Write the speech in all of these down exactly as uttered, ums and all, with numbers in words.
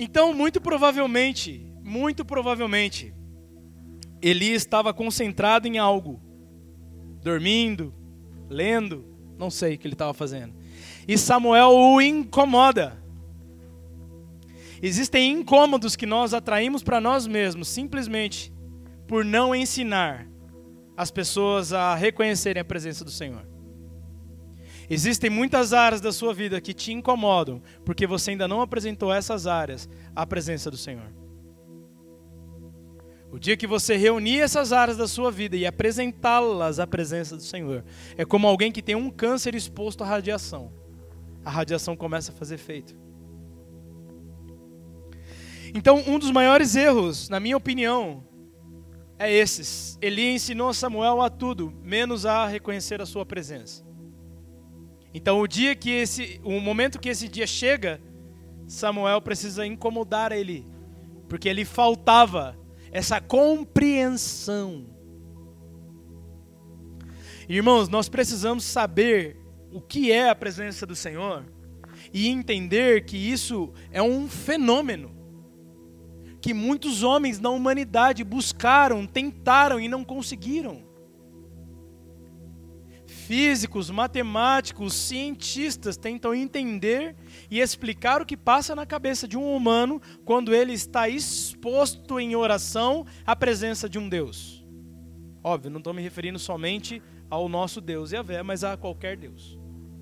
Então, muito provavelmente, muito provavelmente, Eli estava concentrado em algo, dormindo, lendo, não sei o que ele estava fazendo. E Samuel o incomoda. Existem incômodos que nós atraímos para nós mesmos, simplesmente por não ensinar as pessoas a reconhecerem a presença do Senhor. Existem muitas áreas da sua vida que te incomodam, porque você ainda não apresentou essas áreas à presença do Senhor. O dia que você reunir essas áreas da sua vida e apresentá-las à presença do Senhor, é como alguém que tem um câncer exposto à radiação. A radiação começa a fazer efeito. Então, um dos maiores erros, na minha opinião, é esses. Eli ensinou Samuel a tudo, menos a reconhecer a sua presença. Então, o dia que esse, o momento que esse dia chega, Samuel precisa incomodar Eli, porque ele faltava essa compreensão. Irmãos, nós precisamos saber o que é a presença do Senhor e entender que isso é um fenômeno que muitos homens na humanidade buscaram, tentaram e não conseguiram. Físicos, matemáticos, cientistas tentam entender e explicar o que passa na cabeça de um humano quando ele está exposto em oração à presença de um Deus. Óbvio, não estou me referindo somente ao nosso Deus Yahvé, mas a qualquer Deus.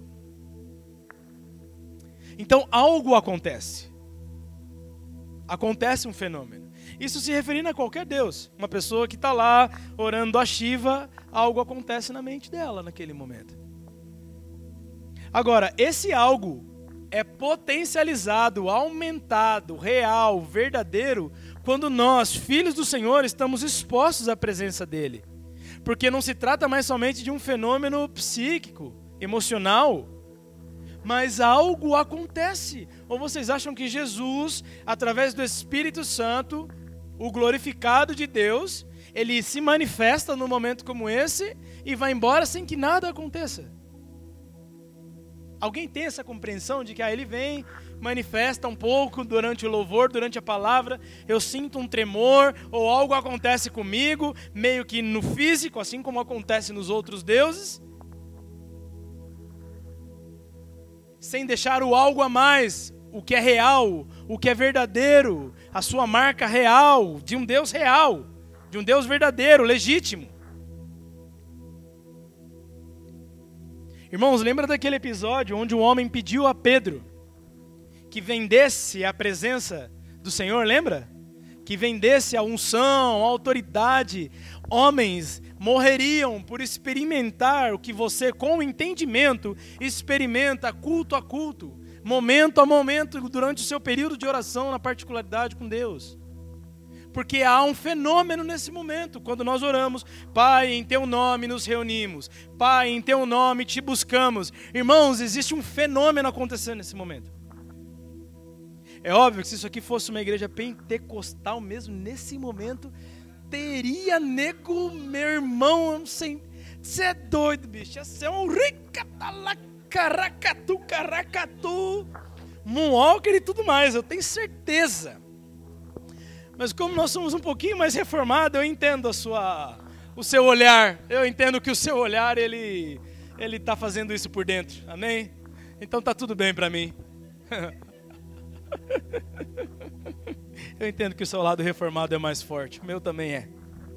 Então algo acontece. Acontece um fenômeno. Isso se referindo a qualquer Deus. Uma pessoa que está lá orando a Shiva, algo acontece na mente dela naquele momento. Agora, esse algo é potencializado, aumentado, real, verdadeiro, quando nós, filhos do Senhor, estamos expostos à presença dEle. Porque não se trata mais somente de um fenômeno psíquico, emocional, mas algo acontece. Ou vocês acham que Jesus, através do Espírito Santo, o glorificado de Deus, ele se manifesta num momento como esse e vai embora sem que nada aconteça? Alguém tem essa compreensão de que ah, ele vem, manifesta um pouco durante o louvor, durante a palavra, eu sinto um tremor, ou algo acontece comigo, meio que no físico, assim como acontece nos outros deuses, sem deixar o algo a mais, o que é real, o que é verdadeiro, a sua marca real, de um Deus real, de um Deus verdadeiro, legítimo. Irmãos, lembra daquele episódio onde o homem pediu a Pedro que vendesse a presença do Senhor, lembra? Que vendesse a unção, a autoridade. Homens morreriam por experimentar o que você, com o entendimento, experimenta culto a culto, momento a momento, durante o seu período de oração, na particularidade com Deus. Porque há um fenômeno nesse momento, quando nós oramos, Pai, em Teu nome nos reunimos, Pai, em Teu nome te buscamos. Irmãos, existe um fenômeno acontecendo nesse momento. É óbvio que se isso aqui fosse uma igreja pentecostal mesmo, nesse momento, teria nego, meu irmão, eu não sei, você é doido, bicho, ia ser um ricatalacaracatu, caracatu, moonwalker e tudo mais, eu tenho certeza. Mas como nós somos um pouquinho mais reformados, eu entendo a sua, o seu olhar, eu entendo que o seu olhar, ele ele está fazendo isso por dentro, amém? Então tá tudo bem para mim. Eu entendo que o seu lado reformado é mais forte, o meu também é.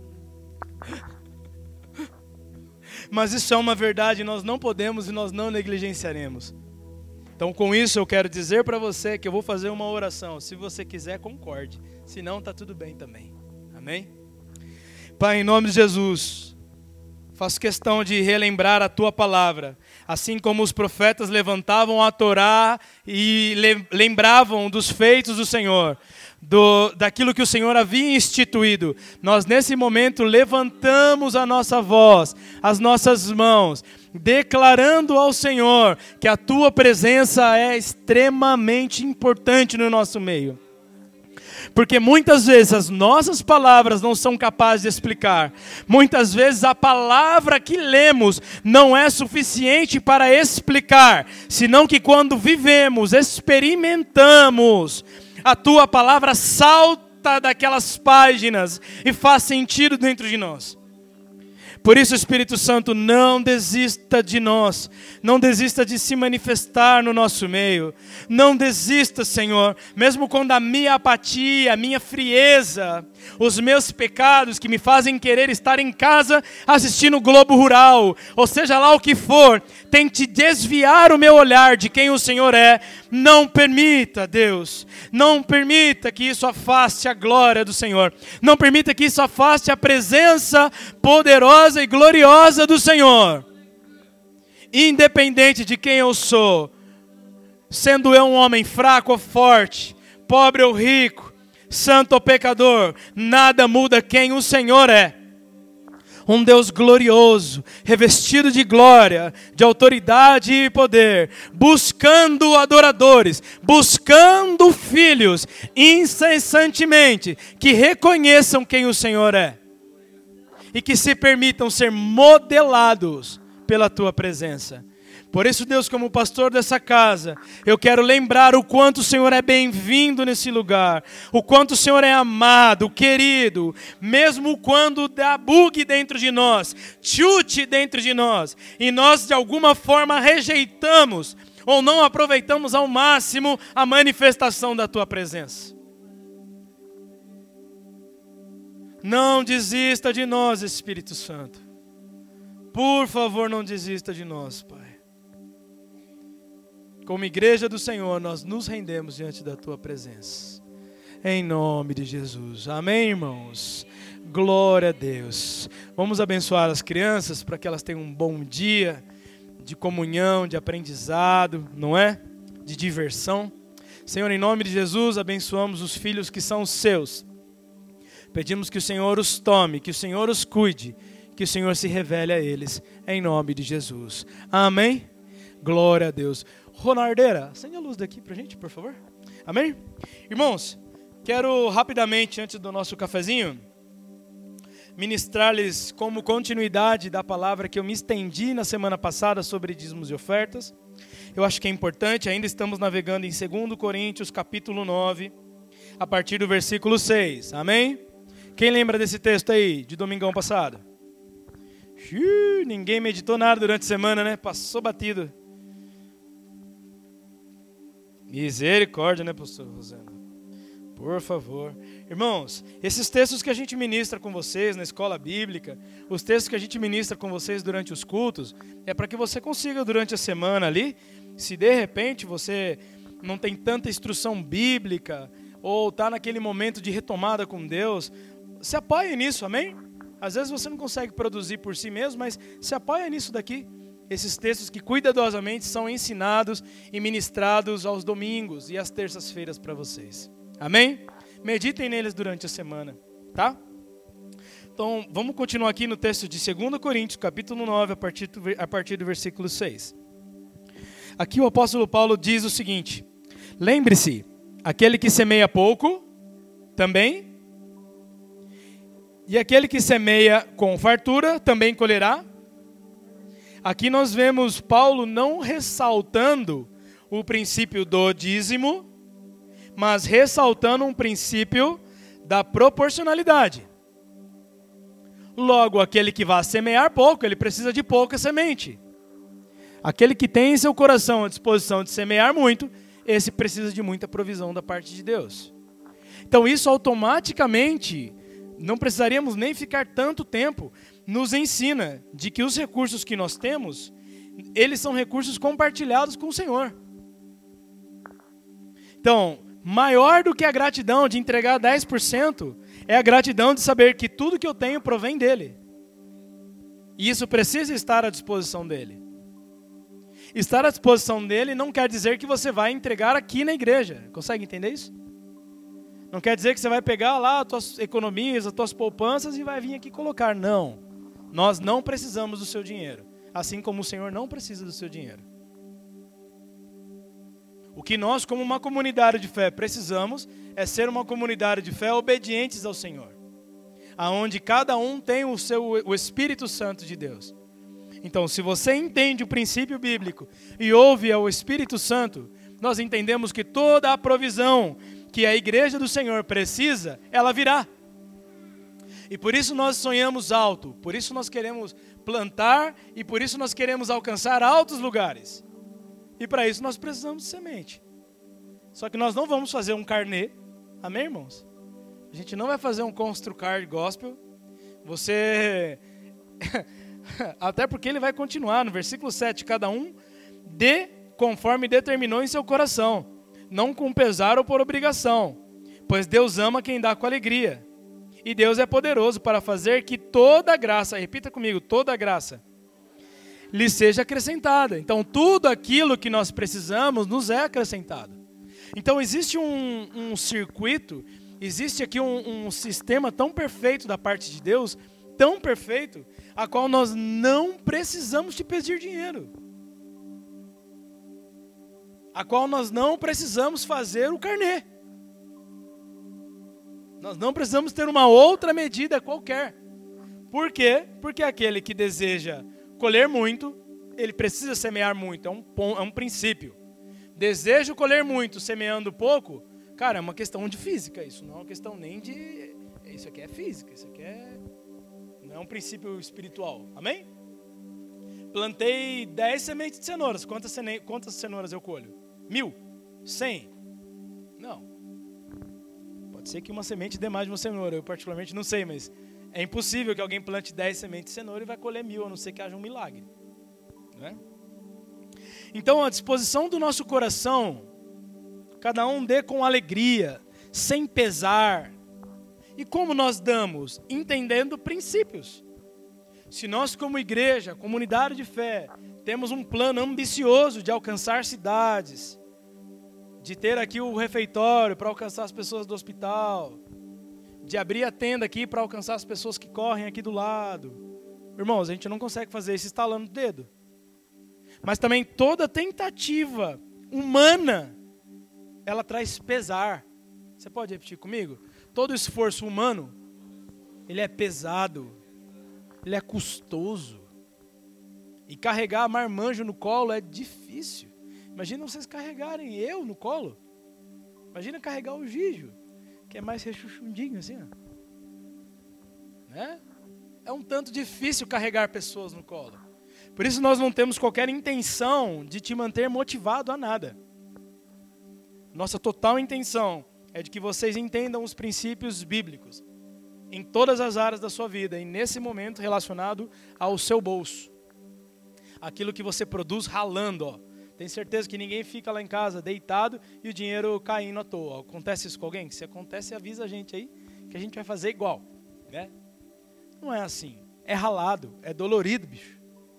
Mas isso é uma verdade, nós não podemos e nós não negligenciaremos. Então com isso eu quero dizer para você que eu vou fazer uma oração. Se você quiser, concorde. Se não, está tudo bem também. Amém? Pai, em nome de Jesus, faço questão de relembrar a Tua palavra. Assim como os profetas levantavam a Torá e lembravam dos feitos do Senhor, do, daquilo que o Senhor havia instituído, nós nesse momento levantamos a nossa voz, as nossas mãos, declarando ao Senhor que a Tua presença é extremamente importante no nosso meio. Porque muitas vezes as nossas palavras não são capazes de explicar. Muitas vezes a palavra que lemos não é suficiente para explicar, senão que quando vivemos, experimentamos a tua palavra salta daquelas páginas e faz sentido dentro de nós. Por isso, Espírito Santo, não desista de nós, não desista de se manifestar no nosso meio, não desista, Senhor, mesmo quando a minha apatia, a minha frieza, os meus pecados que me fazem querer estar em casa assistindo o Globo Rural, ou seja lá o que for, tente desviar o meu olhar de quem o Senhor é. Não permita, Deus, não permita que isso afaste a glória do Senhor, não permita que isso afaste a presença poderosa e gloriosa do Senhor. Independente de quem eu sou, sendo eu um homem fraco ou forte, pobre ou rico, santo ou pecador, nada muda quem o Senhor é. Um Deus glorioso, revestido de glória, de autoridade e poder, buscando adoradores, buscando filhos, incessantemente, que reconheçam quem o Senhor é. E que se permitam ser modelados pela tua presença. Por isso, Deus, como pastor dessa casa, eu quero lembrar o quanto o Senhor é bem-vindo nesse lugar, o quanto o Senhor é amado, querido, mesmo quando dá bug dentro de nós, chute dentro de nós, e nós de alguma forma rejeitamos ou não aproveitamos ao máximo a manifestação da tua presença. Não desista de nós, Espírito Santo. Por favor, não desista de nós, Pai. Como igreja do Senhor, nós nos rendemos diante da tua presença. Em nome de Jesus. Amém, irmãos? Glória a Deus. Vamos abençoar as crianças para que elas tenham um bom dia de comunhão, de aprendizado, não é? De diversão. Senhor, em nome de Jesus, abençoamos os filhos que são seus. Pedimos que o Senhor os tome, que o Senhor os cuide, que o Senhor se revele a eles, em nome de Jesus. Amém? Glória a Deus. Ronardeira, acende a luz daqui pra gente, por favor. Amém? Irmãos, quero rapidamente, antes do nosso cafezinho, ministrar-lhes como continuidade da palavra que eu me estendi na semana passada sobre dízimos e ofertas. Eu acho que é importante, ainda estamos navegando em dois Coríntios, capítulo nove, a partir do versículo seis. Amém? Quem lembra desse texto aí, de domingão passado? Xiii, ninguém meditou nada durante a semana, né? Passou batido. Misericórdia, né, pastor Rosana? Por favor. Irmãos, esses textos que a gente ministra com vocês na escola bíblica, os textos que a gente ministra com vocês durante os cultos, é para que você consiga durante a semana ali, se de repente você não tem tanta instrução bíblica, ou está naquele momento de retomada com Deus, se apoie nisso, amém? Às vezes você não consegue produzir por si mesmo, mas se apoia nisso daqui. Esses textos que cuidadosamente são ensinados e ministrados aos domingos e às terças-feiras para vocês. Amém? Meditem neles durante a semana, tá? Então, vamos continuar aqui no texto de dois Coríntios, capítulo nove, a partir do, a partir do versículo seis. Aqui o apóstolo Paulo diz o seguinte: lembre-se, aquele que semeia pouco, também, e aquele que semeia com fartura, também colherá. Aqui nós vemos Paulo não ressaltando o princípio do dízimo, mas ressaltando um princípio da proporcionalidade. Logo, aquele que vai semear pouco, ele precisa de pouca semente. Aquele que tem em seu coração a disposição de semear muito, esse precisa de muita provisão da parte de Deus. Então isso automaticamente, não precisaríamos nem ficar tanto tempo, nos ensina de que os recursos que nós temos, eles são recursos compartilhados com o Senhor. Então, maior do que a gratidão de entregar dez por cento, é a gratidão de saber que tudo que eu tenho provém dele. E isso precisa estar à disposição dele. Estar à disposição dele não quer dizer que você vai entregar aqui na igreja. Consegue entender isso? Não quer dizer que você vai pegar lá as tuas economias, as tuas poupanças e vai vir aqui colocar. Não. Nós não precisamos do seu dinheiro. Assim como o Senhor não precisa do seu dinheiro. O que nós, como uma comunidade de fé, precisamos é ser uma comunidade de fé obedientes ao Senhor. Aonde cada um tem o, seu, o Espírito Santo de Deus. Então, se você entende o princípio bíblico e ouve ao Espírito Santo, nós entendemos que toda a provisão, que a igreja do Senhor precisa, ela virá. E por isso nós sonhamos alto, por isso nós queremos plantar e por isso nós queremos alcançar altos lugares. E para isso nós precisamos de semente. Só que nós não vamos fazer um carnê, amém, irmãos? A gente não vai fazer um construcard gospel. Você, até porque ele vai continuar no versículo sete, cada um dê conforme determinou em seu coração, não com pesar ou por obrigação, pois Deus ama quem dá com alegria. E Deus é poderoso para fazer que toda graça, repita comigo, toda graça, lhe seja acrescentada. Então, tudo aquilo que nós precisamos nos é acrescentado. Então, existe um, um circuito, existe aqui um, um sistema tão perfeito da parte de Deus, tão perfeito, a qual nós não precisamos te pedir dinheiro. A qual nós não precisamos fazer o carnê. Nós não precisamos ter uma outra medida qualquer. Por quê? Porque aquele que deseja colher muito, ele precisa semear muito, é um, é um princípio. Desejo colher muito, semeando pouco, cara, é uma questão de física, isso não é uma questão nem de... Isso aqui é física, isso aqui é... não é um princípio espiritual, amém? Plantei dez sementes de cenouras, quantas, cene... quantas cenouras eu colho? Mil? Cem? Não. Pode ser que uma semente dê mais de uma cenoura, eu particularmente não sei, mas é impossível que alguém plante dez sementes de cenoura e vai colher mil, a não ser que haja um milagre. Né? Então, a disposição do nosso coração, cada um dê com alegria, sem pesar. E como nós damos? Entendendo princípios. Se nós, como igreja, comunidade de fé, temos um plano ambicioso de alcançar cidades, de ter aqui o refeitório para alcançar as pessoas do hospital, de abrir a tenda aqui para alcançar as pessoas que correm aqui do lado. Irmãos, a gente não consegue fazer isso estalando o dedo. Mas também toda tentativa humana, ela traz pesar. Você pode repetir comigo? Todo esforço humano, ele é pesado, ele é custoso. E carregar marmanjo no colo é difícil. Imagina vocês carregarem eu no colo. Imagina carregar o Gijo, que é mais rechuchundinho assim. Ó. Né? É um tanto difícil carregar pessoas no colo. Por isso nós não temos qualquer intenção de te manter motivado a nada. Nossa total intenção é de que vocês entendam os princípios bíblicos em todas as áreas da sua vida, e nesse momento relacionado ao seu bolso. Aquilo que você produz ralando, ó. Tem certeza que ninguém fica lá em casa deitado e o dinheiro caindo à toa. Acontece isso com alguém? Se acontece, avisa a gente aí, que a gente vai fazer igual. Né? Não é assim. É ralado, é dolorido, bicho.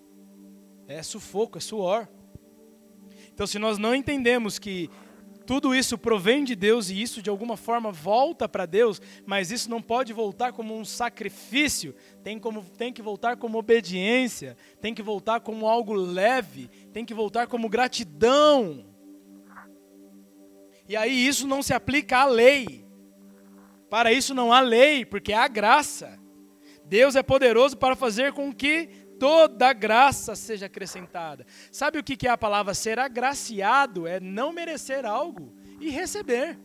É sufoco, é suor. Então, se nós não entendemos que tudo isso provém de Deus e isso de alguma forma volta para Deus, mas isso não pode voltar como um sacrifício, tem, como, tem que voltar como obediência, tem que voltar como algo leve, tem que voltar como gratidão. E aí isso não se aplica à lei. Para isso não há lei, porque há graça. Deus é poderoso para fazer com que toda graça seja acrescentada. Sabe o que é a palavra ser agraciado? É não merecer algo e receber.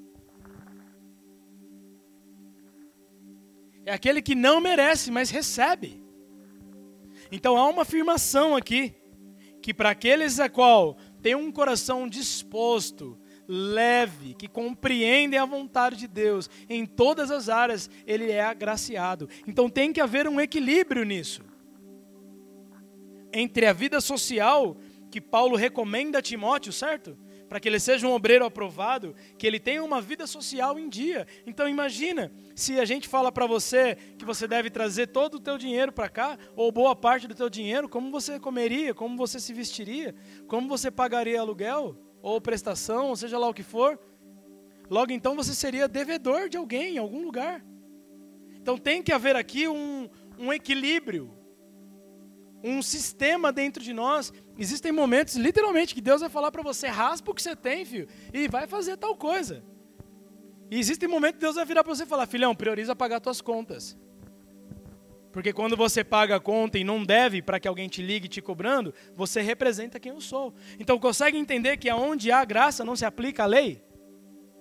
É aquele que não merece, mas recebe. Então há uma afirmação aqui, que para aqueles a qual tem um coração disposto, leve, que compreendem a vontade de Deus, em todas as áreas, ele é agraciado. Então tem que haver um equilíbrio nisso. Entre a vida social, que Paulo recomenda a Timóteo, certo? Para que ele seja um obreiro aprovado, que ele tenha uma vida social em dia. Então imagina, se a gente fala para você que você deve trazer todo o teu dinheiro para cá, ou boa parte do teu dinheiro, como você comeria, como você se vestiria, como você pagaria aluguel, ou prestação, ou seja lá o que for. Logo então você seria devedor de alguém em algum lugar. Então tem que haver aqui um, um equilíbrio. Um sistema dentro de nós. Existem momentos, literalmente, que Deus vai falar para você, raspa o que você tem, filho, e vai fazer tal coisa. E existem momentos que Deus vai virar para você e falar, filhão, prioriza pagar tuas contas. Porque quando você paga a conta e não deve para que alguém te ligue te cobrando, você representa quem eu sou. Então consegue entender que aonde há graça não se aplica a lei?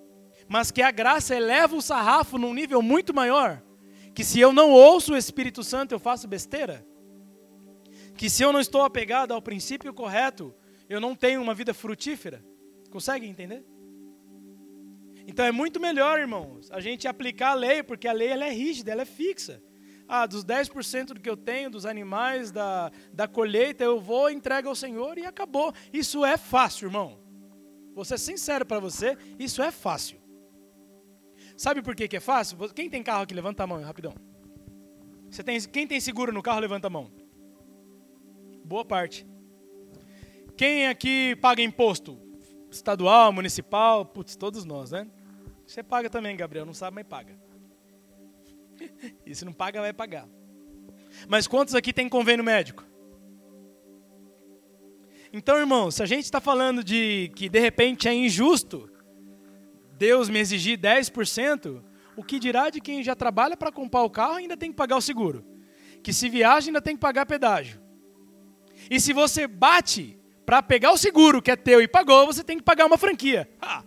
mas que a graça eleva o sarrafo num nível muito maior. Que se eu não ouço o Espírito Santo, eu faço besteira. Que se eu não estou apegado ao princípio correto, eu não tenho uma vida frutífera. Consegue entender? Então é muito melhor, irmãos, a gente aplicar a lei, porque a lei ela é rígida, ela é fixa. Ah, dos dez por cento do que eu tenho, dos animais, da, da colheita, eu vou, entrego ao Senhor e acabou. Isso é fácil, irmão. Vou ser sincero para você, isso é fácil. Sabe por que que é fácil? Quem tem carro aqui, levanta a mão, rapidão. Você tem, quem tem seguro no carro, levanta a mão. Boa parte. Quem aqui paga imposto? Estadual, municipal, putz, todos nós, né? Você paga também, Gabriel, não sabe, mas paga. E se não paga, vai pagar. Mas quantos aqui tem convênio médico? Então, irmão, se a gente está falando de que de repente é injusto Deus me exigir dez por cento, o que dirá de quem já trabalha para comprar o carro e ainda tem que pagar o seguro? Que se viaja ainda tem que pagar pedágio. E se você bate para pegar o seguro que é teu e pagou, você tem que pagar uma franquia. Ah.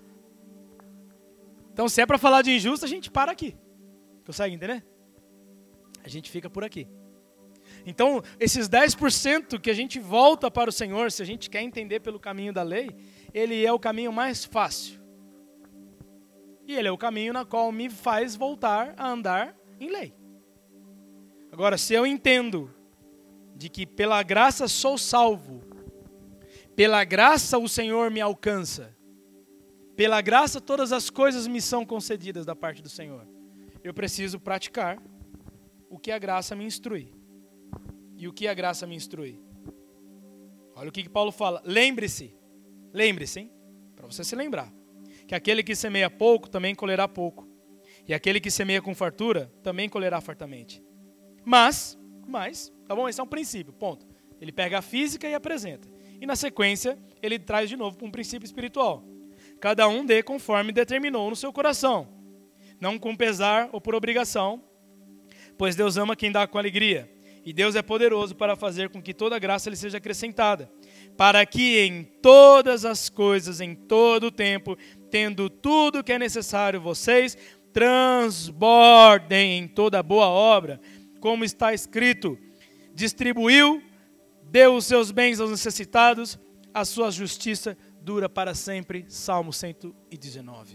Então, se é para falar de injusto, a gente para aqui. Consegue entender? A gente fica por aqui. Então, esses dez por cento que a gente volta para o Senhor, se a gente quer entender pelo caminho da lei, ele é o caminho mais fácil. E ele é o caminho na qual me faz voltar a andar em lei. Agora, se eu entendo de que pela graça sou salvo, pela graça o Senhor me alcança, pela graça todas as coisas me são concedidas da parte do Senhor, eu preciso praticar o que a graça me instrui. E o que a graça me instrui? Olha o que, que Paulo fala. Lembre-se, lembre-se, hein? Para você se lembrar, que aquele que semeia pouco também colherá pouco, e aquele que semeia com fartura também colherá fartamente. Mas, mas, tá bom? Esse é um princípio, ponto. Ele pega a física e apresenta. E na sequência, ele traz de novo para um princípio espiritual. Cada um dê conforme determinou no seu coração, não com pesar ou por obrigação, pois Deus ama quem dá com alegria. E Deus é poderoso para fazer com que toda graça lhe seja acrescentada, para que em todas as coisas, em todo o tempo, tendo tudo o que é necessário, vocês transbordem em toda boa obra, como está escrito, distribuiu, deu os seus bens aos necessitados, a sua justiça dura para sempre. Salmo cento e dezenove.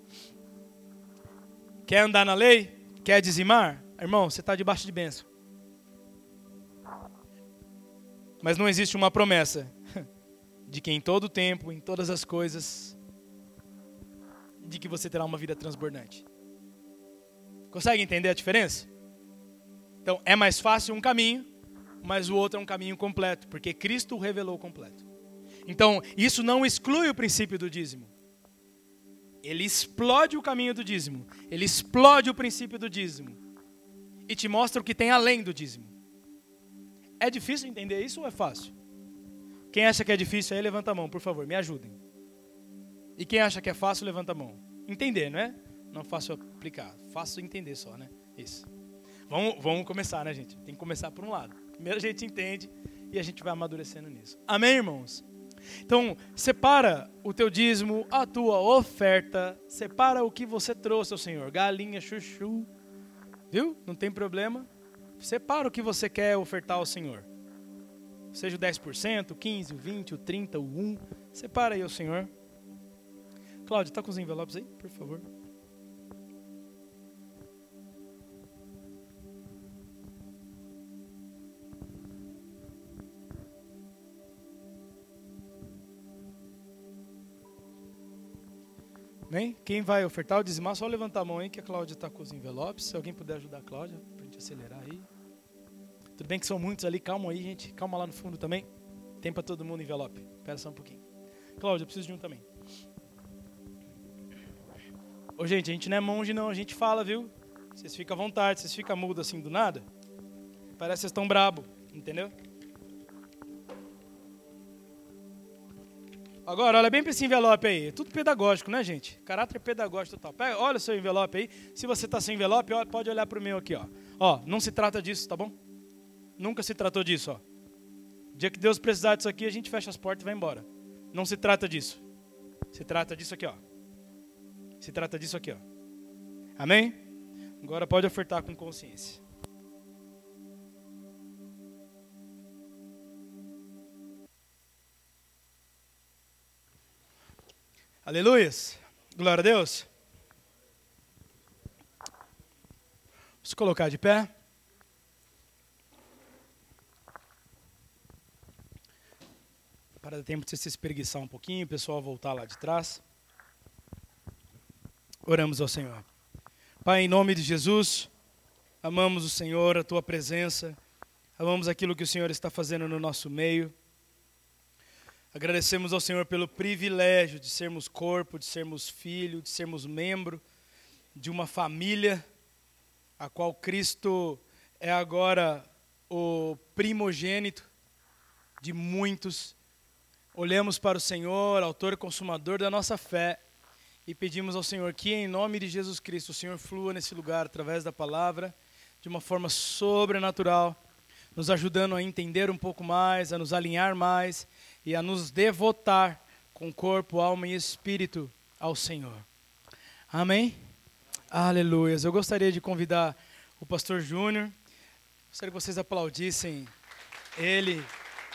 Quer andar na lei? Quer dizimar? Irmão, você está debaixo de bênção. Mas não existe uma promessa de que em todo o tempo, em todas as coisas, de que você terá uma vida transbordante. Consegue entender a diferença? Então, é mais fácil um caminho, mas o outro é um caminho completo, porque Cristo o revelou completo. Então, isso não exclui o princípio do dízimo. Ele explode o caminho do dízimo. Ele explode o princípio do dízimo. E te mostra o que tem além do dízimo. É difícil entender isso ou é fácil? Quem acha que é difícil aí, levanta a mão, por favor, me ajudem. E quem acha que é fácil, levanta a mão. Entender, não é? Não fácil aplicar, fácil entender só, né? Isso. Vamos, vamos começar, né, gente? Tem que começar por um lado. Primeiro a gente entende e a gente vai amadurecendo nisso. Amém, irmãos? Então, separa o teu dízimo, a tua oferta, separa o que você trouxe ao Senhor. Galinha, chuchu, viu? Não tem problema. Separa o que você quer ofertar ao Senhor. Seja o dez por cento, o quinze por cento, o vinte por cento, o trinta por cento, o um por cento. Separa aí ao Senhor. Cláudio, está com os envelopes aí, por favor? Bem, quem vai ofertar ou dizimar, só levantar a mão aí que a Cláudia está com os envelopes. Se alguém puder ajudar a Cláudia, para a gente acelerar aí. Tudo bem que são muitos ali, calma aí, gente. Calma lá no fundo também. Tem para todo mundo envelope. Espera só um pouquinho. Cláudia, eu preciso de um também. Ô, gente, a gente não é monge não, a gente fala, viu? Vocês ficam à vontade, vocês ficam mudos assim do nada. Parece que vocês estão brabo, entendeu? Agora, olha bem para esse envelope aí. É tudo pedagógico, né, gente? Caráter pedagógico total. Pega, olha o seu envelope aí. Se você está sem envelope, ó, pode olhar para o meu aqui, ó. Ó, não se trata disso, tá bom? Nunca se tratou disso, ó. O dia que Deus precisar disso aqui, a gente fecha as portas e vai embora. Não se trata disso. Se trata disso aqui, ó. Se trata disso aqui, ó. Amém? Agora pode ofertar com consciência. Aleluias. Glória a Deus. Vamos colocar de pé. Para dar tempo de você se espreguiçar um pouquinho, o pessoal voltar lá de trás. Oramos ao Senhor. Pai, em nome de Jesus, amamos o Senhor, a Tua presença, amamos aquilo que o Senhor está fazendo no nosso meio. Agradecemos ao Senhor pelo privilégio de sermos corpo, de sermos filho, de sermos membro de uma família, a qual Cristo é agora o primogênito de muitos. Olhamos para o Senhor, autor e consumador da nossa fé, e pedimos ao Senhor que, em nome de Jesus Cristo, o Senhor flua nesse lugar através da palavra, de uma forma sobrenatural, nos ajudando a entender um pouco mais, a nos alinhar mais e a nos devotar com corpo, alma e espírito ao Senhor. Amém? Aleluias. Eu gostaria de convidar o pastor Júnior. Gostaria que vocês aplaudissem ele.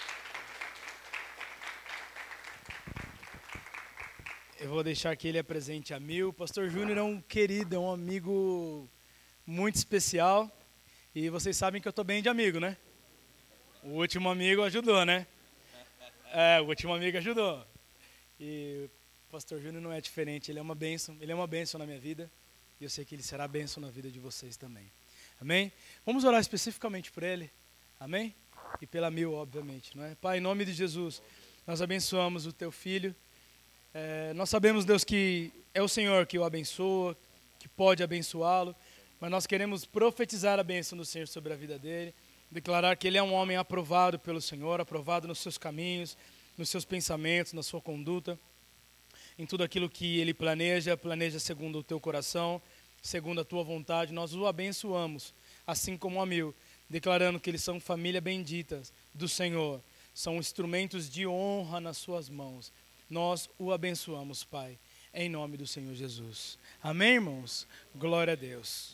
Eu vou deixar que ele apresente a mil. O pastor Júnior é um querido, é um amigo muito especial. E vocês sabem que eu estou bem de amigo, né? O último amigo ajudou, né? É, o último amigo ajudou. E o pastor Júnior não é diferente. Ele é uma bênção. Ele é uma bênção na minha vida. E eu sei que ele será bênção na vida de vocês também. Amém? Vamos orar especificamente por ele. Amém? E pela mil, obviamente, não é? Pai, em nome de Jesus, nós abençoamos o teu filho. É, nós sabemos, Deus, que é o Senhor que o abençoa, que pode abençoá-lo, mas nós queremos profetizar a bênção do Senhor sobre a vida dele, declarar que ele é um homem aprovado pelo Senhor, aprovado nos seus caminhos, nos seus pensamentos, na sua conduta, em tudo aquilo que ele planeja, planeja segundo o teu coração, segundo a tua vontade. Nós o abençoamos, assim como a mil, declarando que eles são família bendita do Senhor, são instrumentos de honra nas suas mãos. Nós o abençoamos, Pai, em nome do Senhor Jesus. Amém, irmãos? Glória a Deus.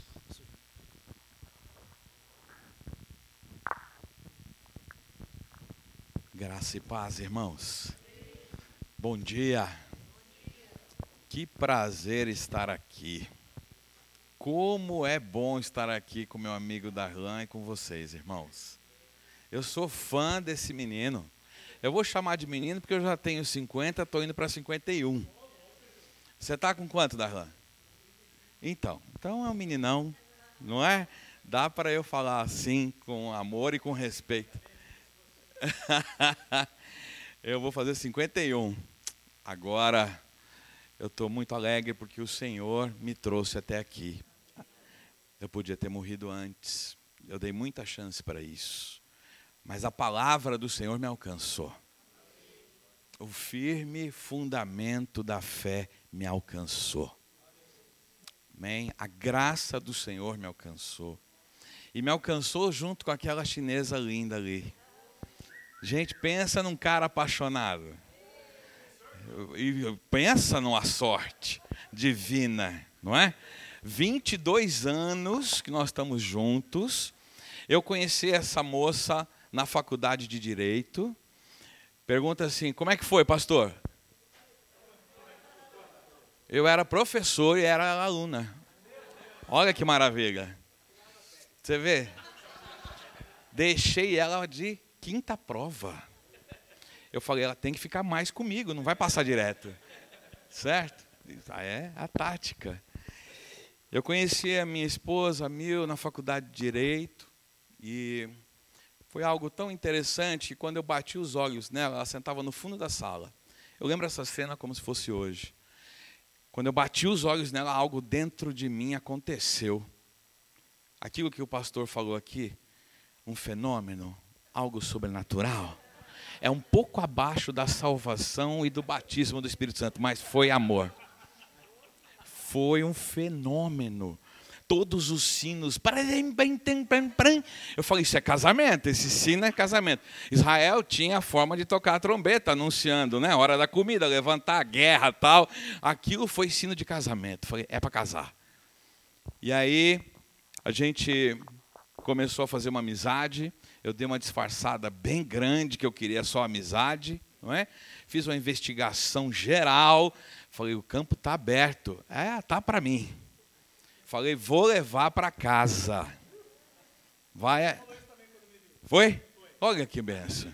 Graça e paz, irmãos. Bom dia. Que prazer estar aqui. Como é bom estar aqui com meu amigo Darlan e com vocês, irmãos. Eu sou fã desse menino. Eu vou chamar de menino porque eu já tenho cinquenta, estou indo para cinquenta e um. Você está com quanto, Darlan? Então, então é um meninão, não é? Dá para eu falar assim, com amor e com respeito. Eu vou fazer cinquenta e um. Agora, eu estou muito alegre porque o Senhor me trouxe até aqui. Eu podia ter morrido antes. Eu dei muita chance para isso. Mas a palavra do Senhor me alcançou. O firme fundamento da fé me alcançou. Amém? A graça do Senhor me alcançou. E me alcançou junto com aquela chinesa linda ali. Gente, pensa num cara apaixonado. E pensa numa sorte divina, não é? vinte e dois anos que nós estamos juntos. Eu conheci essa moça na faculdade de Direito. Pergunta assim, como é que foi, pastor? Eu era professor e era aluna. Olha que maravilha. Você vê? Deixei ela de quinta prova. Eu falei, ela tem que ficar mais comigo, não vai passar direto. Certo? É a tática. Eu conheci a minha esposa, a Mil, na faculdade de Direito. E foi algo tão interessante que quando eu bati os olhos nela, ela sentava no fundo da sala. Eu lembro essa cena como se fosse hoje. Quando eu bati os olhos nela, algo dentro de mim aconteceu. Aquilo que o pastor falou aqui, um fenômeno, algo sobrenatural. É um pouco abaixo da salvação e do batismo do Espírito Santo, mas foi amor. Foi um fenômeno. todos os sinos. Eu falei, isso é casamento, esse sino é casamento. Israel tinha a forma de tocar a trombeta, anunciando, né? Hora da comida, levantar a guerra e tal. Aquilo foi sino de casamento. Eu falei, é para casar. E aí, a gente começou a fazer uma amizade. Eu dei uma disfarçada bem grande, que eu queria só amizade. Não é? Fiz uma investigação geral. Falei, o campo está aberto. É, tá para mim. Falei, vou levar para casa. Vai. Foi? Olha que benção.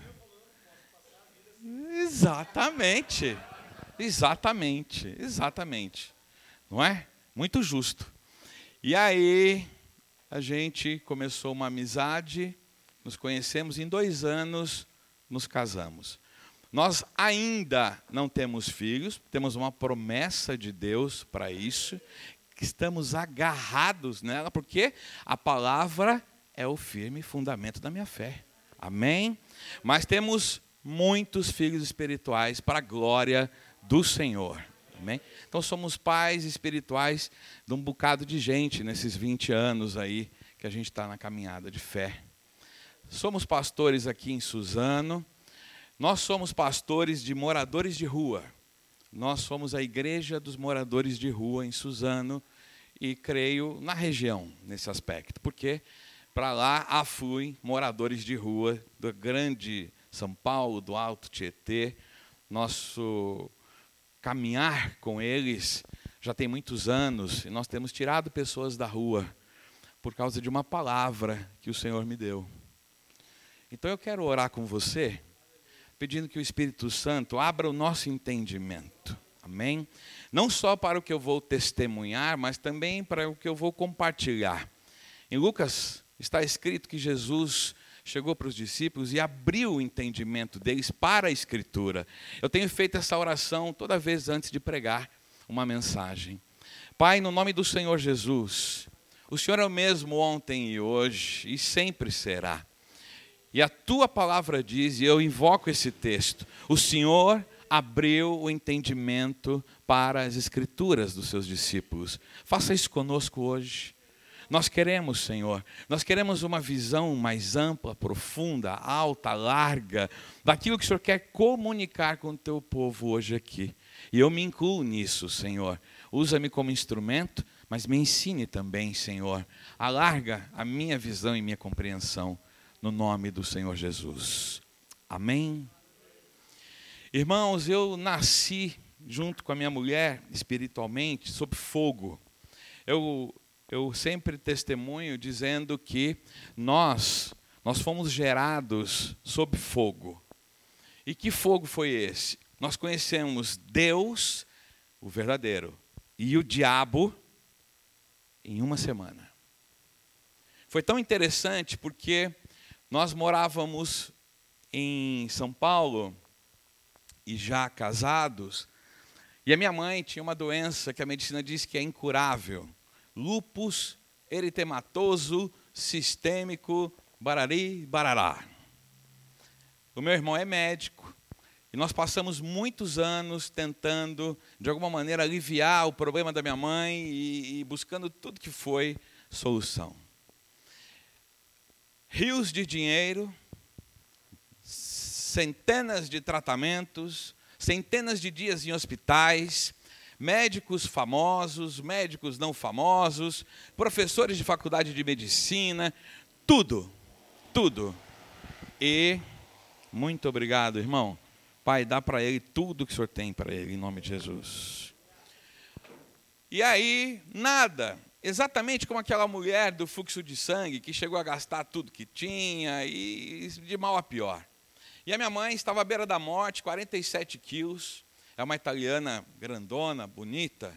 Exatamente. Exatamente. Exatamente. Não é? Muito justo. E aí, a gente começou uma amizade, nos conhecemos, em dois anos nos casamos. Nós ainda não temos filhos, temos uma promessa de Deus para isso, que estamos agarrados nela, porque a palavra é o firme fundamento da minha fé. Amém? Mas temos muitos filhos espirituais para a glória do Senhor. Amém? Então somos pais espirituais de um bocado de gente nesses vinte anos aí que a gente está na caminhada de fé. Somos pastores aqui em Suzano. Nós somos pastores de moradores de rua. Nós somos a igreja dos moradores de rua em Suzano e creio na região nesse aspecto, porque para lá afluem moradores de rua do grande São Paulo, do Alto Tietê. Nosso caminhar com eles já tem muitos anos e nós temos tirado pessoas da rua por causa de uma palavra que o Senhor me deu. Então eu quero orar com você, pedindo que o Espírito Santo abra o nosso entendimento. Amém? Não só para o que eu vou testemunhar, mas também para o que eu vou compartilhar. Em Lucas está escrito que Jesus chegou para os discípulos e abriu o entendimento deles para a Escritura. Eu tenho feito essa oração toda vez antes de pregar uma mensagem. Pai, no nome do Senhor Jesus, o Senhor é o mesmo ontem e hoje e sempre será. E a tua palavra diz, e eu invoco esse texto, o Senhor abriu o entendimento para as Escrituras dos seus discípulos. Faça isso conosco hoje. Nós queremos, Senhor, nós queremos uma visão mais ampla, profunda, alta, larga, daquilo que o Senhor quer comunicar com o teu povo hoje aqui. E eu me incluo nisso, Senhor. Usa-me como instrumento, mas me ensine também, Senhor. Alarga a minha visão e minha compreensão. No nome do Senhor Jesus. Amém? Irmãos, eu nasci junto com a minha mulher, espiritualmente, sob fogo. Eu, eu sempre testemunho dizendo que nós, nós fomos gerados sob fogo. E que fogo foi esse? Nós conhecemos Deus, o verdadeiro, e o diabo em uma semana. Foi tão interessante porque nós morávamos em São Paulo, e já casados, e a minha mãe tinha uma doença que a medicina diz que é incurável. Lúpus eritematoso sistêmico, barari, barará. O meu irmão é médico, e nós passamos muitos anos tentando, de alguma maneira, aliviar o problema da minha mãe e, e buscando tudo que foi solução. Rios de dinheiro, centenas de tratamentos, centenas de dias em hospitais, médicos famosos, médicos não famosos, professores de faculdade de medicina, tudo, tudo. E, muito obrigado, irmão. Pai, dá para ele tudo que o Senhor tem para ele, em nome de Jesus. E aí, nada. Exatamente como aquela mulher do fluxo de sangue que chegou a gastar tudo que tinha e de mal a pior. E a minha mãe estava à beira da morte, quarenta e sete quilos, é uma italiana grandona, bonita.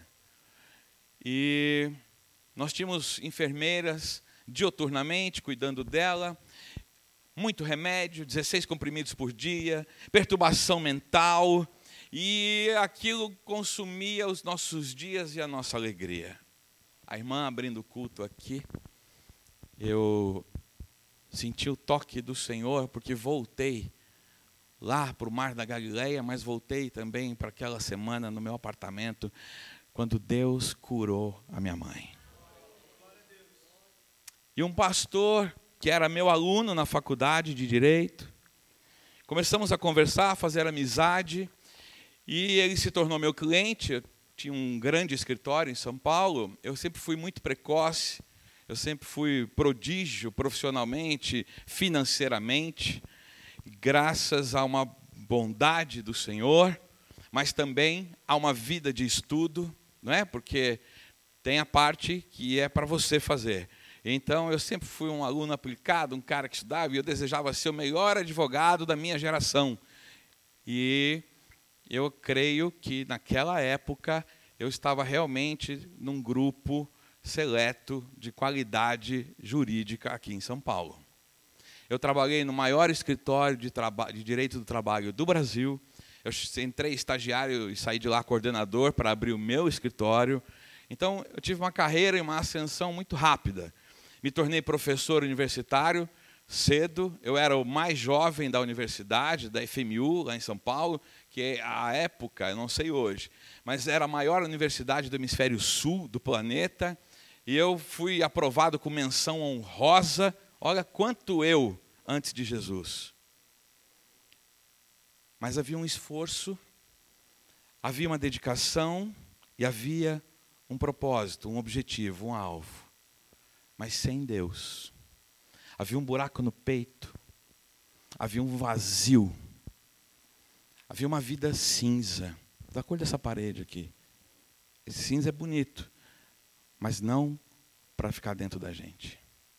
E nós tínhamos enfermeiras dioturnamente cuidando dela, muito remédio, dezesseis comprimidos por dia, perturbação mental, e aquilo consumia os nossos dias e a nossa alegria. A irmã abrindo o culto aqui, eu senti o toque do Senhor, porque voltei lá para o Mar da Galileia, mas voltei também para aquela semana no meu apartamento, quando Deus curou a minha mãe. e um pastor que era meu aluno na faculdade de Direito. Começamos a conversar, a fazer amizade, e ele se tornou meu cliente. Eu tinha um grande escritório em São Paulo. Eu sempre fui muito precoce, eu sempre fui prodígio profissionalmente, financeiramente, graças a uma bondade do Senhor, mas também a uma vida de estudo, não é? Porque tem a parte que é para você fazer. Então, eu sempre fui um aluno aplicado, um cara que estudava, e eu desejava ser o melhor advogado da minha geração. E eu creio que, naquela época, eu estava realmente num grupo seleto de qualidade jurídica aqui em São Paulo. Eu trabalhei no maior escritório de, de direito do trabalho do Brasil. Eu entrei estagiário e saí de lá coordenador para abrir o meu escritório. Então, eu tive uma carreira e uma ascensão muito rápida. Me tornei professor universitário cedo. Eu era o mais jovem da universidade, da F M U, lá em São Paulo, que à época, eu não sei hoje, mas era a maior universidade do hemisfério sul do planeta. E eu fui aprovado com menção honrosa. Olha quanto eu antes de Jesus. Mas havia um esforço, havia uma dedicação e havia um propósito, um objetivo, um alvo. Mas sem Deus. Havia um buraco no peito. Havia um vazio. Havia uma vida cinza. Da cor dessa parede aqui. Esse cinza é bonito, mas não para ficar dentro da gente.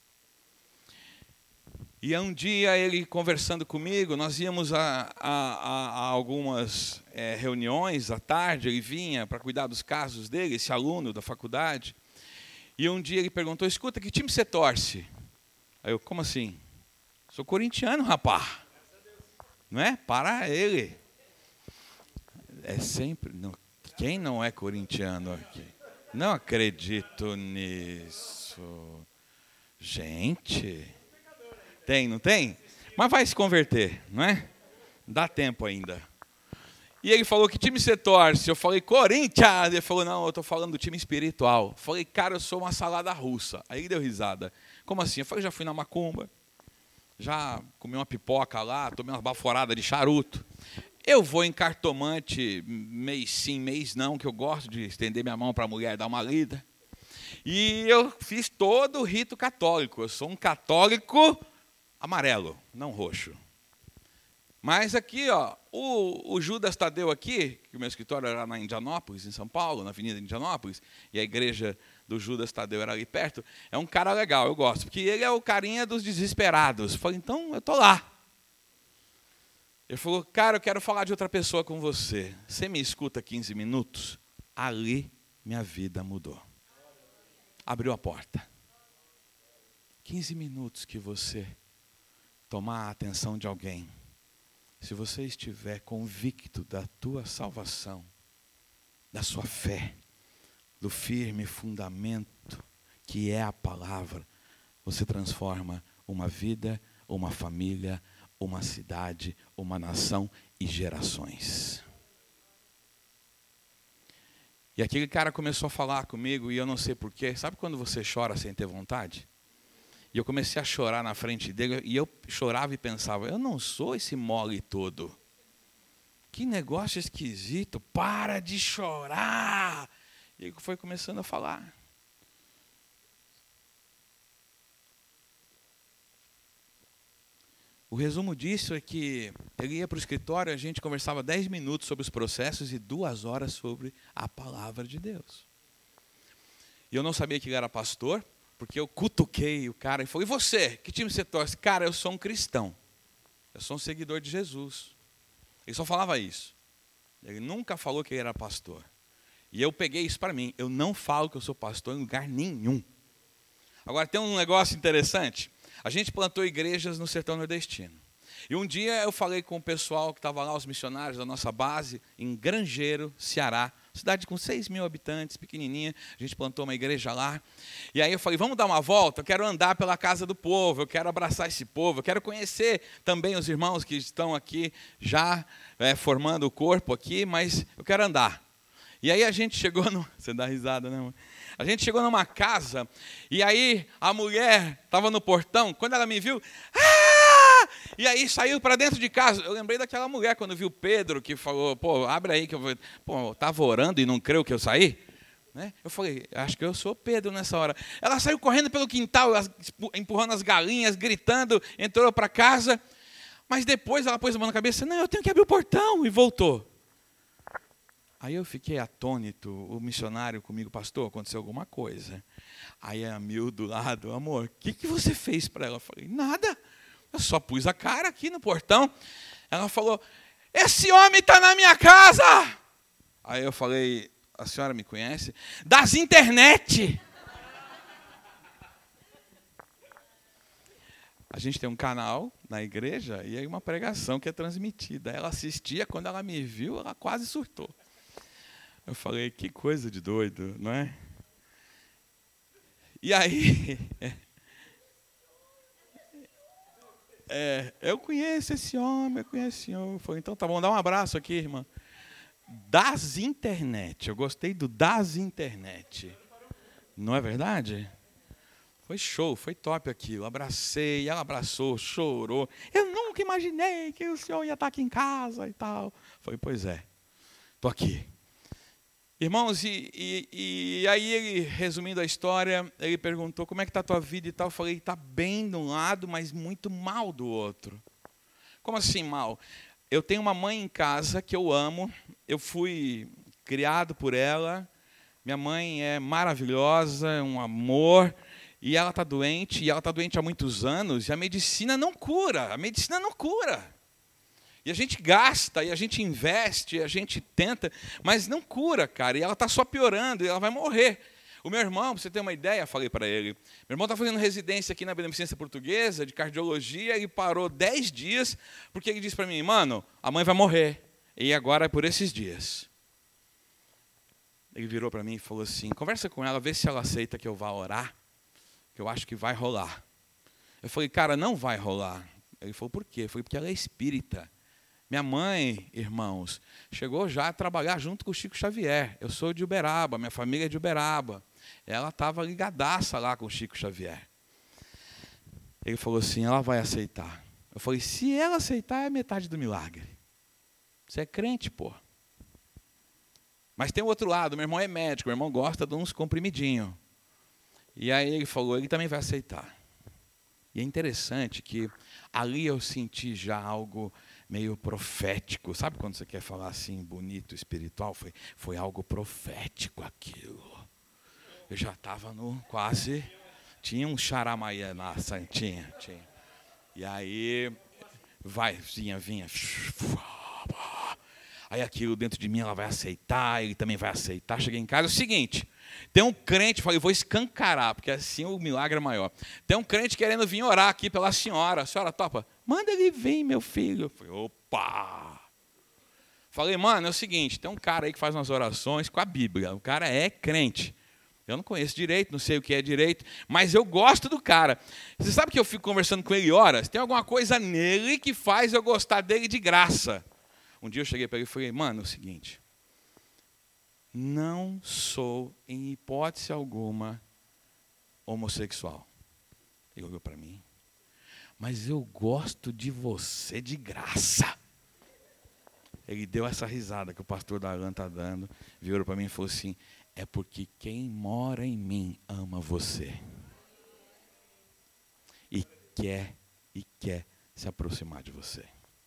E um dia ele conversando comigo, nós íamos a, a, a, a algumas é, reuniões à tarde, ele vinha para cuidar dos casos dele, esse aluno da faculdade. E um dia ele perguntou, escuta, que time você torce? Aí eu, como assim? Sou corintiano, rapaz. Não é? Para ele. É sempre... Não, quem não é corintiano aqui? Não acredito nisso. Gente... Tem, não tem? Mas vai se converter, não é? Dá tempo ainda. E ele falou, que time você torce? Eu falei, Corinthians. Ele falou, não, eu estou falando do time espiritual. Eu falei, cara, eu sou uma salada russa. Aí ele deu risada. Como assim? Eu falei, já fui na macumba, já comi uma pipoca lá, tomei uma baforada de charuto. Eu vou em cartomante mês sim, mês não, que eu gosto de estender minha mão para a mulher dar uma lida. E eu fiz todo o rito católico. Eu sou um católico amarelo, não roxo. Mas aqui, ó, o, o Judas Tadeu aqui, que o meu escritório era na Indianópolis, em São Paulo, na Avenida Indianópolis, e a igreja do Judas Tadeu era ali perto, é um cara legal, eu gosto, porque ele é o carinha dos desesperados. Eu falei, então eu estou lá. Ele falou, cara, eu quero falar de outra pessoa com você. Você me escuta quinze minutos? Ali, minha vida mudou. Abriu a porta. quinze minutos que você tomar a atenção de alguém. Se você estiver convicto da tua salvação, da sua fé, do firme fundamento que é a palavra, você transforma uma vida, uma família, uma cidade, uma nação e gerações. E aquele cara começou a falar comigo e eu não sei porquê. Sabe quando você chora sem ter vontade? E eu comecei a chorar na frente dele, e eu chorava e pensava, eu não sou esse mole todo. Que negócio esquisito, para de chorar. E ele foi começando a falar. O resumo disso é que ele ia para o escritório, a gente conversava dez minutos sobre os processos e duas horas sobre a palavra de Deus. E eu não sabia que ele era pastor, porque eu cutuquei o cara e falei, e você, que time você torce? Cara, eu sou um cristão. Eu sou um seguidor de Jesus. Ele só falava isso. Ele nunca falou que ele era pastor. E eu peguei isso para mim. Eu não falo que eu sou pastor em lugar nenhum. Agora, tem um negócio interessante. A gente plantou igrejas no sertão nordestino. E um dia eu falei com o pessoal que estava lá, os missionários da nossa base, em Grangeiro, Ceará, cidade com seis mil habitantes, pequenininha, a gente plantou uma igreja lá. E aí eu falei, vamos dar uma volta? Eu quero andar pela casa do povo, eu quero abraçar esse povo, eu quero conhecer também os irmãos que estão aqui já é, formando o corpo aqui, mas eu quero andar. E aí a gente chegou no... Você dá risada, né, mano? A gente chegou numa casa e aí a mulher estava no portão. Quando ela me viu, ah! E aí saiu para dentro de casa. Eu lembrei daquela mulher quando viu Pedro, que falou, pô, abre aí que eu vou... Pô, estava orando e não creu que eu saí? Né? Eu falei, acho que eu sou Pedro nessa hora. Ela saiu correndo pelo quintal, empurrando as galinhas, gritando, entrou para casa. Mas depois ela pôs a mão na cabeça, não, eu tenho que abrir o portão, e voltou. Aí eu fiquei atônito, o missionário comigo, pastor, aconteceu alguma coisa. Aí a Mil do lado, amor, o que, que você fez para ela? Eu falei, nada, eu só pus a cara aqui no portão. Ela falou, esse homem está na minha casa. Aí eu falei, a senhora me conhece? Das internet. A gente tem um canal na igreja e aí uma pregação que é transmitida. Ela assistia, quando ela me viu, ela quase surtou. Eu falei, que coisa de doido, não é? E aí, é, eu conheço esse homem, eu conheço esse homem. Eu falei, então tá bom, dá um abraço aqui, irmã. Das internet, eu gostei do das internet. Não é verdade? Foi show, foi top aquilo. Abracei, ela abraçou, chorou. Eu nunca imaginei que o senhor ia estar aqui em casa e tal. Falei, pois é, estou aqui. Irmãos, e, e, e aí ele, resumindo a história, ele perguntou, como é que está a tua vida e tal. Eu falei, está bem de um lado, mas muito mal do outro. Como assim mal? Eu tenho uma mãe em casa que eu amo, eu fui criado por ela, minha mãe é maravilhosa, é um amor, e ela está doente, e ela está doente há muitos anos, e a medicina não cura, a medicina não cura. E a gente gasta, e a gente investe, e a gente tenta, mas não cura, cara. E ela está só piorando, e ela vai morrer. O meu irmão, para você ter uma ideia, falei para ele, meu irmão está fazendo residência aqui na Beneficência Portuguesa, de cardiologia, e parou dez dias, porque ele disse para mim, mano, a mãe vai morrer, e agora é por esses dias. Ele virou para mim e falou assim, conversa com ela, vê se ela aceita que eu vá orar, que eu acho que vai rolar. Eu falei, cara, não vai rolar. Ele falou, por quê? Eu falei, porque ela é espírita. Minha mãe, irmãos, chegou já a trabalhar junto com o Chico Xavier. Eu sou de Uberaba, minha família é de Uberaba. Ela estava ligadaça lá com o Chico Xavier. Ele falou assim, ela vai aceitar. Eu falei, se ela aceitar, é metade do milagre. Você é crente, pô. Mas tem o outro lado, meu irmão é médico, meu irmão gosta de uns comprimidinhos. E aí ele falou, ele também vai aceitar. E é interessante que ali eu senti já algo meio profético. Sabe quando você quer falar assim, bonito, espiritual? Foi, foi algo profético aquilo. Eu já estava no quase... Tinha um xaramaia na santinha. Tinha. E aí, vai, vinha, vinha. Aí aquilo dentro de mim, ela vai aceitar, ele também vai aceitar. Cheguei em casa, é o seguinte... Tem um crente, falei, vou escancarar, porque assim o milagre é maior. Tem um crente querendo vir orar aqui pela senhora. A senhora topa? Manda ele vir, meu filho. Eu falei, opa! Falei, mano, é o seguinte, tem um cara aí que faz umas orações com a Bíblia. O cara é crente. Eu não conheço direito, não sei o que é direito, mas eu gosto do cara. Você sabe que eu fico conversando com ele horas? Tem alguma coisa nele que faz eu gostar dele de graça. Um dia eu cheguei para ele e falei, mano, é o seguinte... Não sou, em hipótese alguma, homossexual. Ele olhou para mim. Mas eu gosto de você de graça. Ele deu essa risada que o pastor Darlan está dando. Virou para mim e falou assim, é porque quem mora em mim ama você. E quer, e quer se aproximar de você.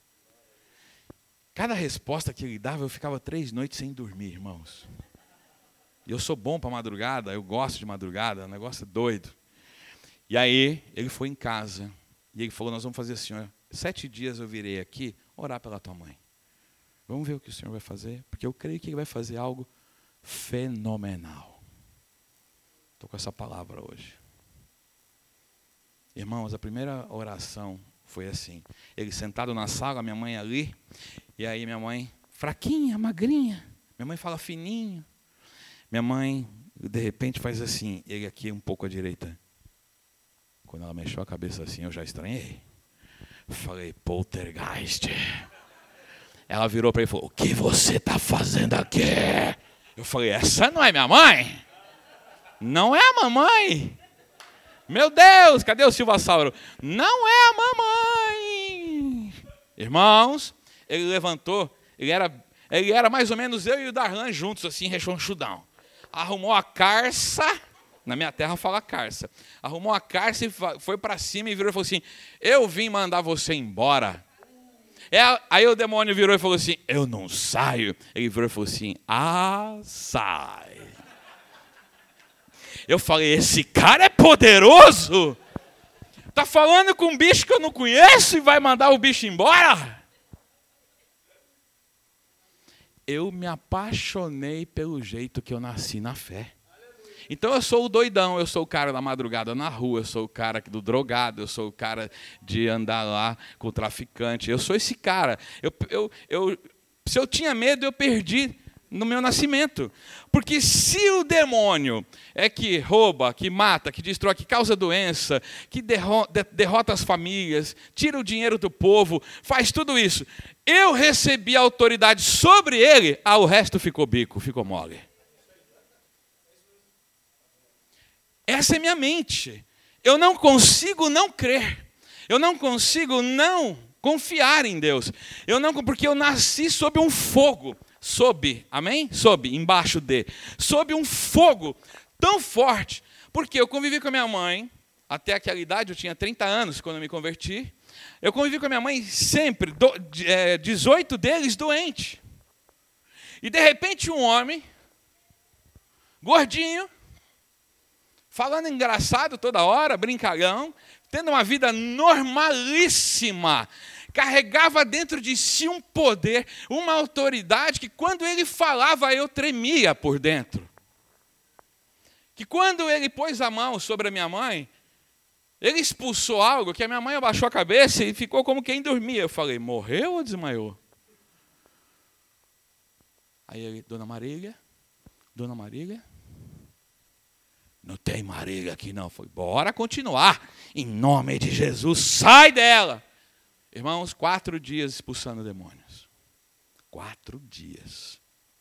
Cada resposta que ele dava, eu ficava três noites sem dormir, irmãos. E eu sou bom para madrugada, eu gosto de madrugada, o negócio é doido. E aí, ele foi em casa, e ele falou, nós vamos fazer assim, ó, sete dias eu virei aqui, orar pela tua mãe. Vamos ver o que o Senhor vai fazer, porque eu creio que Ele vai fazer algo fenomenal. Estou com essa palavra hoje. Irmãos, a primeira oração foi assim, ele sentado na sala, minha mãe ali, e aí minha mãe, fraquinha, magrinha, minha mãe fala fininho, minha mãe, de repente faz assim, ele aqui um pouco à direita. Quando ela mexeu a cabeça assim, eu já estranhei. Falei, poltergeist. Ela virou para ele e falou, o que você está fazendo aqui? Eu falei, essa não é minha mãe? Não é a mamãe. Meu Deus, cadê o Silvassauro? Não é a mamãe. Irmãos, ele levantou, ele era, ele era mais ou menos eu e o Darlan juntos, assim, rechonchudão. Arrumou a carça, na minha terra fala carça. Arrumou a carça e foi para cima e virou e falou assim, eu vim mandar você embora. É, aí o demônio virou e falou assim, eu não saio. Ele virou e falou assim, ah, sai. Eu falei, esse cara é poderoso. Tá falando com um bicho que eu não conheço e vai mandar o bicho embora? Eu me apaixonei pelo jeito que eu nasci na fé. Então eu sou o doidão, eu sou o cara da madrugada na rua, eu sou o cara do drogado, eu sou o cara de andar lá com o traficante. Eu sou esse cara. Eu, eu, eu, se eu tinha medo, eu perdi no meu nascimento. Porque se o demônio é que rouba, que mata, que destrói, que causa doença, que derrota as famílias, tira o dinheiro do povo, faz tudo isso, eu recebi a autoridade sobre ele, ah, o resto ficou bico, ficou mole. Essa é minha mente. Eu não consigo não crer. Eu não consigo não confiar em Deus. Eu não, porque eu nasci sob um fogo. Sob, amém? Sob, embaixo de. Sob um fogo tão forte. Porque eu convivi com a minha mãe, até aquela idade, eu tinha trinta anos quando eu me converti. Eu convivi com a minha mãe sempre, do, é, dezoito deles doente. E de repente um homem, gordinho, falando engraçado toda hora, brincalhão, tendo uma vida normalíssima, carregava dentro de si um poder, uma autoridade que quando ele falava eu tremia por dentro. Que quando ele pôs a mão sobre a minha mãe, ele expulsou algo que a minha mãe abaixou a cabeça e ficou como quem dormia. Eu falei, morreu ou desmaiou? Aí ele, Dona Marília, Dona Marília, não tem Marília aqui não. Eu falei, bora continuar. Em nome de Jesus, sai dela. Irmãos, quatro dias expulsando demônios. Quatro dias.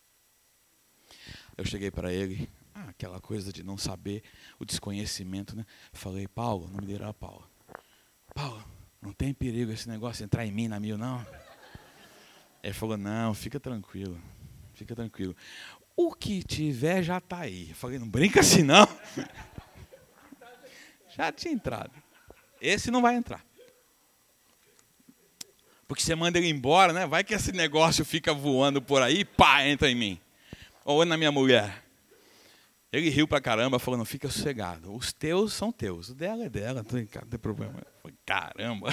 Eu cheguei para ele, ah, aquela coisa de não saber, o desconhecimento, né? Falei, Paulo, não me dirá Paulo. Paulo, não tem perigo esse negócio entrar em mim, na mil, não? Ele falou, não, fica tranquilo, fica tranquilo. O que tiver já está aí. Eu falei, não brinca assim, não. Já tinha entrado. Esse não vai entrar. Porque você manda ele embora, né? Vai que esse negócio fica voando por aí, pá, entra em mim. Ou na minha mulher. Ele riu pra caramba, falou, não, fica sossegado. Os teus são teus. O dela é dela, não tem, não tem problema. Eu falei, caramba.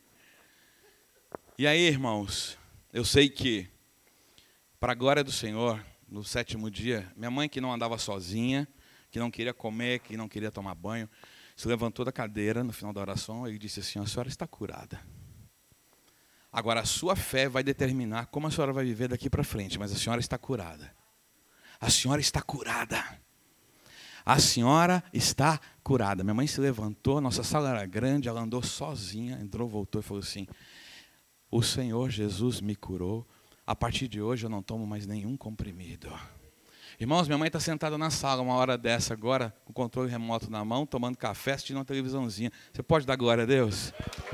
E aí, irmãos, eu sei que, para a glória do Senhor, no sétimo dia, minha mãe que não andava sozinha, que não queria comer, que não queria tomar banho, se levantou da cadeira no final da oração e disse assim, a senhora está curada. Agora, a sua fé vai determinar como a senhora vai viver daqui para frente, mas a senhora está curada. A senhora está curada. A senhora está curada. Minha mãe se levantou, nossa sala era grande, ela andou sozinha, entrou, voltou e falou assim, o Senhor Jesus me curou, a partir de hoje eu não tomo mais nenhum comprimido. Irmãos, minha mãe está sentada na sala uma hora dessa agora, com o controle remoto na mão, tomando café, assistindo uma televisãozinha. Você pode dar glória a Deus?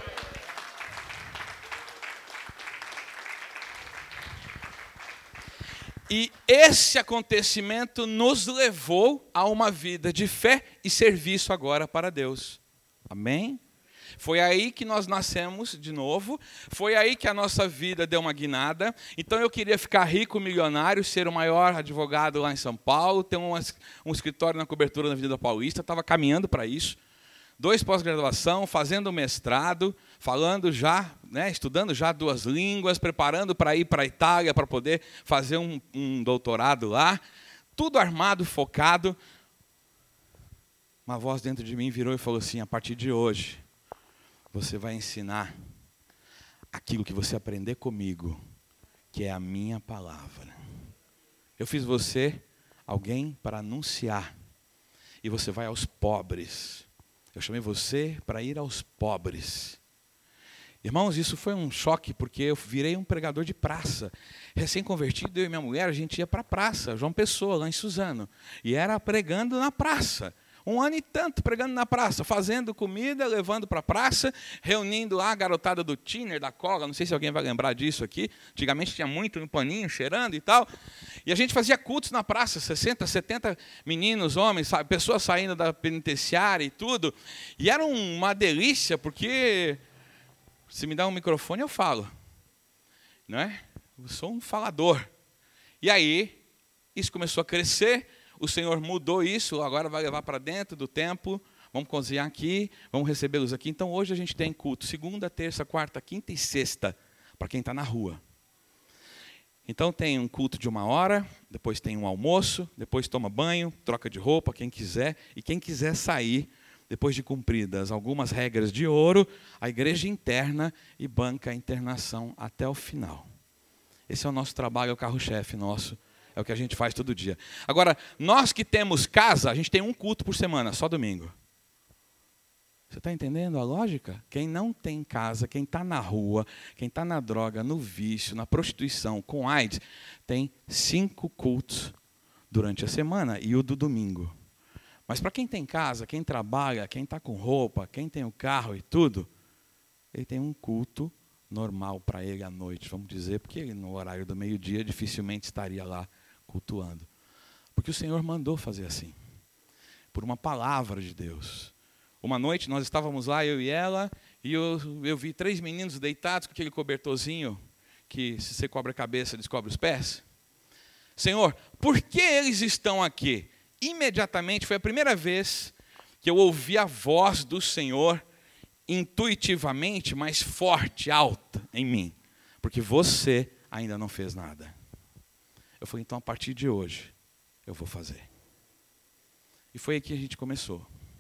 E esse acontecimento nos levou a uma vida de fé e serviço agora para Deus. Amém? Foi aí que nós nascemos de novo, foi aí que a nossa vida deu uma guinada. Então eu queria ficar rico, milionário, ser o maior advogado lá em São Paulo, ter um, um escritório na cobertura na Avenida Paulista, estava caminhando para isso. Dois pós-graduação, fazendo mestrado, falando já, né, estudando já duas línguas, preparando para ir para a Itália para poder fazer um, um doutorado lá. Tudo armado, focado. Uma voz dentro de mim virou e falou assim, a partir de hoje, você vai ensinar aquilo que você aprender comigo, que é a minha palavra. Eu fiz você alguém para anunciar, e você vai aos pobres. Eu chamei você para ir aos pobres. Irmãos, isso foi um choque, porque eu virei um pregador de praça. Recém-convertido, eu e minha mulher, a gente ia para a praça, João Pessoa, lá em Suzano. E era pregando na praça. Um ano e tanto pregando na praça, fazendo comida, levando para a praça, reunindo lá a garotada do Tiner, da cola, não sei se alguém vai lembrar disso aqui. Antigamente tinha muito no paninho, cheirando e tal. E a gente fazia cultos na praça, sessenta, setenta meninos, homens, pessoas saindo da penitenciária e tudo. E era uma delícia, porque se me dá um microfone eu falo. Não é? Eu sou um falador. E aí, isso começou a crescer. O Senhor mudou isso, agora vai levar para dentro do templo. Vamos cozinhar aqui, vamos recebê-los aqui. Então hoje a gente tem culto segunda, terça, quarta, quinta e sexta, para quem está na rua. Então tem um culto de uma hora, depois tem um almoço, depois toma banho, troca de roupa, quem quiser. E quem quiser sair, depois de cumpridas algumas regras de ouro, a igreja interna e banca a internação até o final. Esse é o nosso trabalho, é o carro-chefe nosso. É o que a gente faz todo dia. Agora, nós que temos casa, a gente tem um culto por semana, só domingo. Você está entendendo a lógica? Quem não tem casa, quem está na rua, quem está na droga, no vício, na prostituição, com AIDS, tem cinco cultos durante a semana e o do domingo. Mas para quem tem casa, quem trabalha, quem está com roupa, quem tem o carro e tudo, ele tem um culto normal para ele à noite, vamos dizer, porque ele no horário do meio-dia dificilmente estaria lá cultuando. Porque o Senhor mandou fazer assim, por uma palavra de Deus. Uma noite nós estávamos lá, eu e ela, e eu, eu vi três meninos deitados com aquele cobertorzinho, que se você cobre a cabeça, descobre os pés. Senhor, por que eles estão aqui? Imediatamente, foi a primeira vez que eu ouvi a voz do Senhor, intuitivamente, mais forte, alta em mim. Porque você ainda não fez nada. Eu falei, então a partir de hoje, eu vou fazer. E foi aí que a gente começou.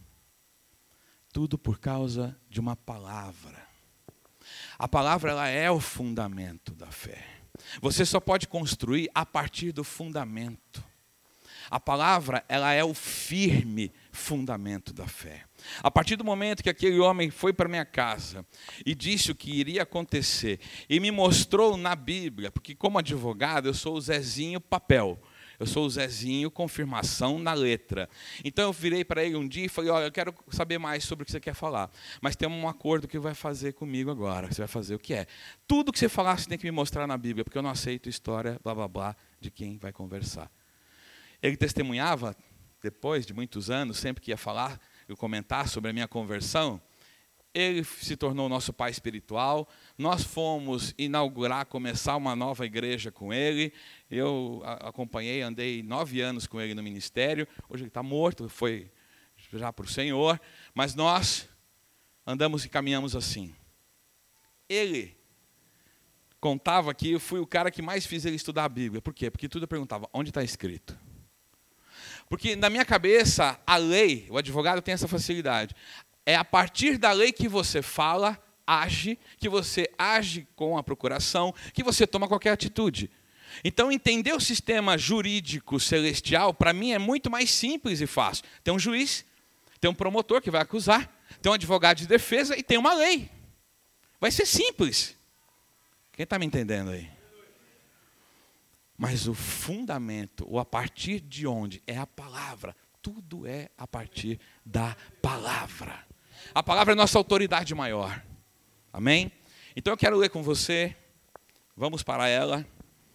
Tudo por causa de uma palavra. A palavra, ela é o fundamento da fé. Você só pode construir a partir do fundamento. A palavra, ela é o firme fundamento da fé. A partir do momento que aquele homem foi para minha casa e disse o que iria acontecer e me mostrou na Bíblia, porque como advogado eu sou o Zezinho papel, eu sou o Zezinho confirmação na letra. Então eu virei para ele um dia e falei, olha, eu quero saber mais sobre o que você quer falar, mas temos um acordo que vai fazer comigo agora. Você vai fazer o que é? Tudo que você falar você tem que me mostrar na Bíblia, porque eu não aceito história, blá blá blá, de quem vai conversar. Ele testemunhava, depois de muitos anos, sempre que ia falar, eu comentar sobre a minha conversão, ele se tornou nosso pai espiritual, nós fomos inaugurar, começar uma nova igreja com ele, eu acompanhei, andei nove anos com ele no ministério, hoje ele está morto, foi já para o Senhor, mas nós andamos e caminhamos assim. Ele contava que eu fui o cara que mais fiz ele estudar a Bíblia, por quê? Porque tudo eu perguntava, onde está escrito? Porque na minha cabeça, a lei, o advogado tem essa facilidade. É a partir da lei que você fala, age, que você age com a procuração, que você toma qualquer atitude. Então, entender o sistema jurídico celestial, para mim, é muito mais simples e fácil. Tem um juiz, tem um promotor que vai acusar, tem um advogado de defesa e tem uma lei. Vai ser simples. Quem está me entendendo aí? Mas o fundamento, ou a partir de onde, é a palavra. Tudo é a partir da palavra. A palavra é nossa autoridade maior. Amém? Então eu quero ler com você. Vamos para ela.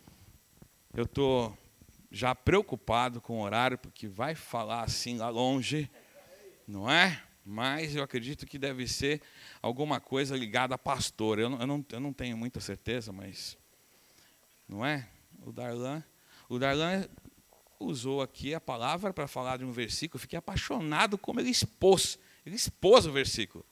Eu estou já preocupado com o horário, porque vai falar assim lá longe. Não é? Mas eu acredito que deve ser alguma coisa ligada a pastor. Eu não, eu não, eu não tenho muita certeza, mas... Não é? O Darlan, o Darlan usou aqui a palavra para falar de um versículo. Eu fiquei apaixonado como ele expôs. Ele expôs o versículo.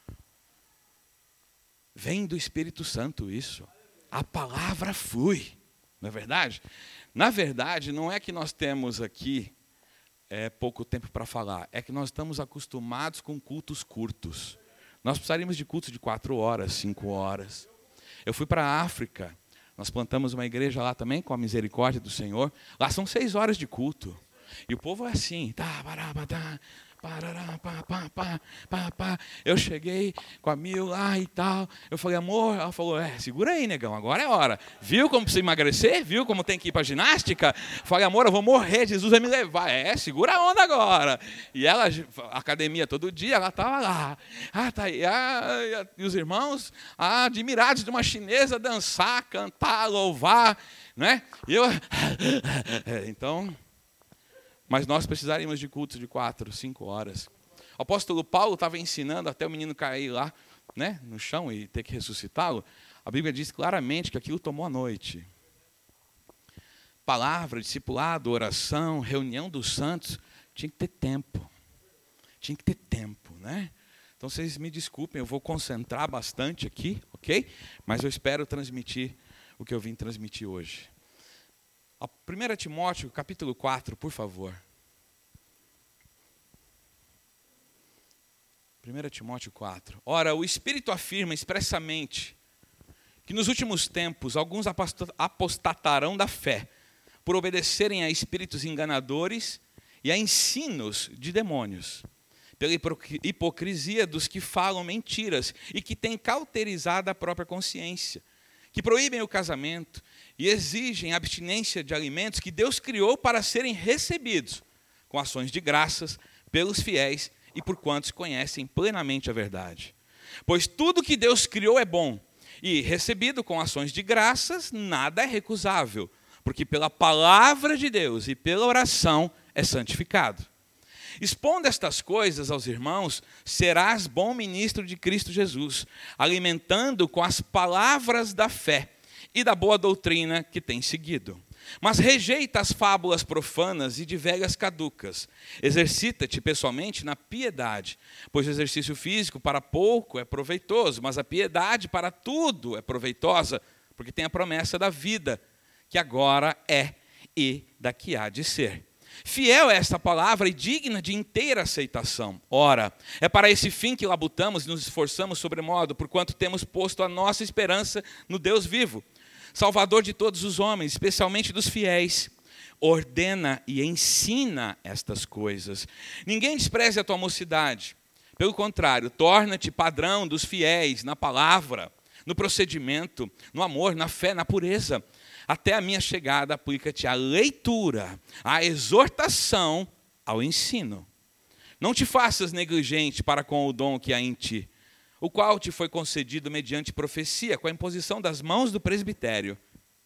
Vem do Espírito Santo isso. A palavra flui. Não é verdade? Na verdade, não é que nós temos aqui é, pouco tempo para falar. É que nós estamos acostumados com cultos curtos. Nós precisaríamos de cultos de quatro horas, cinco horas. Eu fui para a África. Nós plantamos uma igreja lá também, com a misericórdia do Senhor. Lá são seis horas de culto. E o povo é assim, tá, baraba, tá, Parará, pá, pá, pá, pá, pá. Eu cheguei com a Mil lá e tal. Eu falei, amor, ela falou, é, segura aí, negão, agora é hora. Viu como precisa emagrecer? Viu como tem que ir para ginástica? Falei, amor, eu vou morrer, Jesus vai me levar. É, segura a onda agora. E ela, academia todo dia, ela estava lá. Ah, tá aí. Ah, e os irmãos ah, admirados de uma chinesa dançar, cantar, louvar, né? E eu, então... Mas nós precisaríamos de cultos de quatro, cinco horas. O apóstolo Paulo estava ensinando até o menino cair lá, né, no chão e ter que ressuscitá-lo. A Bíblia diz claramente que aquilo tomou a noite. Palavra, discipulado, oração, reunião dos santos, tinha que ter tempo. Tinha que ter tempo, né? Então vocês me desculpem, eu vou concentrar bastante aqui, ok? Mas eu espero transmitir o que eu vim transmitir hoje. A primeira Timóteo, capítulo quatro, por favor. primeira Timóteo quatro. Ora, o Espírito afirma expressamente que nos últimos tempos alguns apostatarão da fé, por obedecerem a espíritos enganadores e a ensinos de demônios, pela hipocrisia dos que falam mentiras e que têm cauterizado a própria consciência, que proíbem o casamento e exigem abstinência de alimentos que Deus criou para serem recebidos com ações de graças pelos fiéis e por quantos conhecem plenamente a verdade. Pois tudo que Deus criou é bom, e recebido com ações de graças, nada é recusável, porque pela palavra de Deus e pela oração é santificado. Expondo estas coisas aos irmãos, serás bom ministro de Cristo Jesus, alimentando com as palavras da fé e da boa doutrina que tem seguido. Mas rejeita as fábulas profanas e de velhas caducas. Exercita-te pessoalmente na piedade, pois o exercício físico para pouco é proveitoso, mas a piedade para tudo é proveitosa, porque tem a promessa da vida, que agora é e daqui há de ser. Fiel é esta palavra e digna de inteira aceitação. Ora, é para esse fim que labutamos e nos esforçamos sobremodo, porquanto temos posto a nossa esperança no Deus vivo, Salvador de todos os homens, especialmente dos fiéis. Ordena e ensina estas coisas. Ninguém despreze a tua mocidade. Pelo contrário, torna-te padrão dos fiéis na palavra, no procedimento, no amor, na fé, na pureza. Até a minha chegada, aplica-te à leitura, à exortação, ao ensino. Não te faças negligente para com o dom que há em ti, o qual te foi concedido mediante profecia, com a imposição das mãos do presbitério.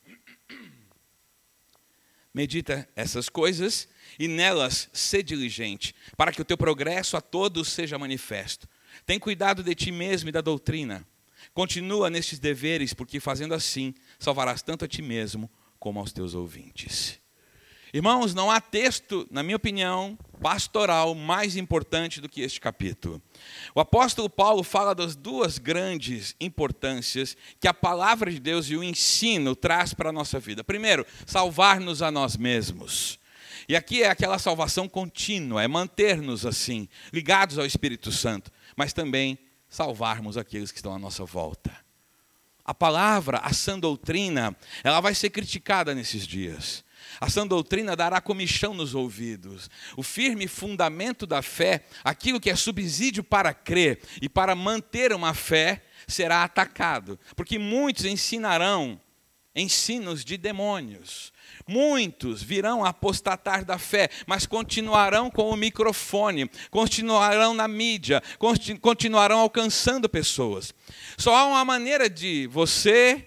Medita essas coisas e nelas sê diligente, para que o teu progresso a todos seja manifesto. Tem cuidado de ti mesmo e da doutrina. Continua nestes deveres, porque fazendo assim, salvarás tanto a ti mesmo como aos teus ouvintes. Irmãos, não há texto, na minha opinião, pastoral mais importante do que este capítulo. O apóstolo Paulo fala das duas grandes importâncias que a palavra de Deus e o ensino traz para a nossa vida. Primeiro, salvar-nos a nós mesmos. E aqui é aquela salvação contínua, é manter-nos assim, ligados ao Espírito Santo, mas também salvarmos aqueles que estão à nossa volta. A palavra, a sã doutrina, ela vai ser criticada nesses dias. A sã doutrina dará comichão nos ouvidos. O firme fundamento da fé, aquilo que é subsídio para crer e para manter uma fé, será atacado. Porque muitos ensinarão ensinos de demônios. Muitos virão a apostatar da fé, mas continuarão com o microfone, continuarão na mídia, continuarão alcançando pessoas. Só há uma maneira de você,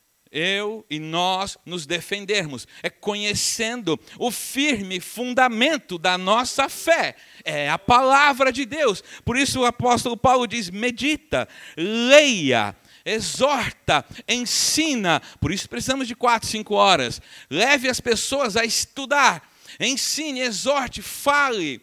eu e nós nos defendermos, é conhecendo o firme fundamento da nossa fé, é a palavra de Deus. Por isso o apóstolo Paulo diz, medita, leia, exorta, ensina. Por isso precisamos de quatro, cinco horas. Leve as pessoas a estudar, ensine, exorte, fale.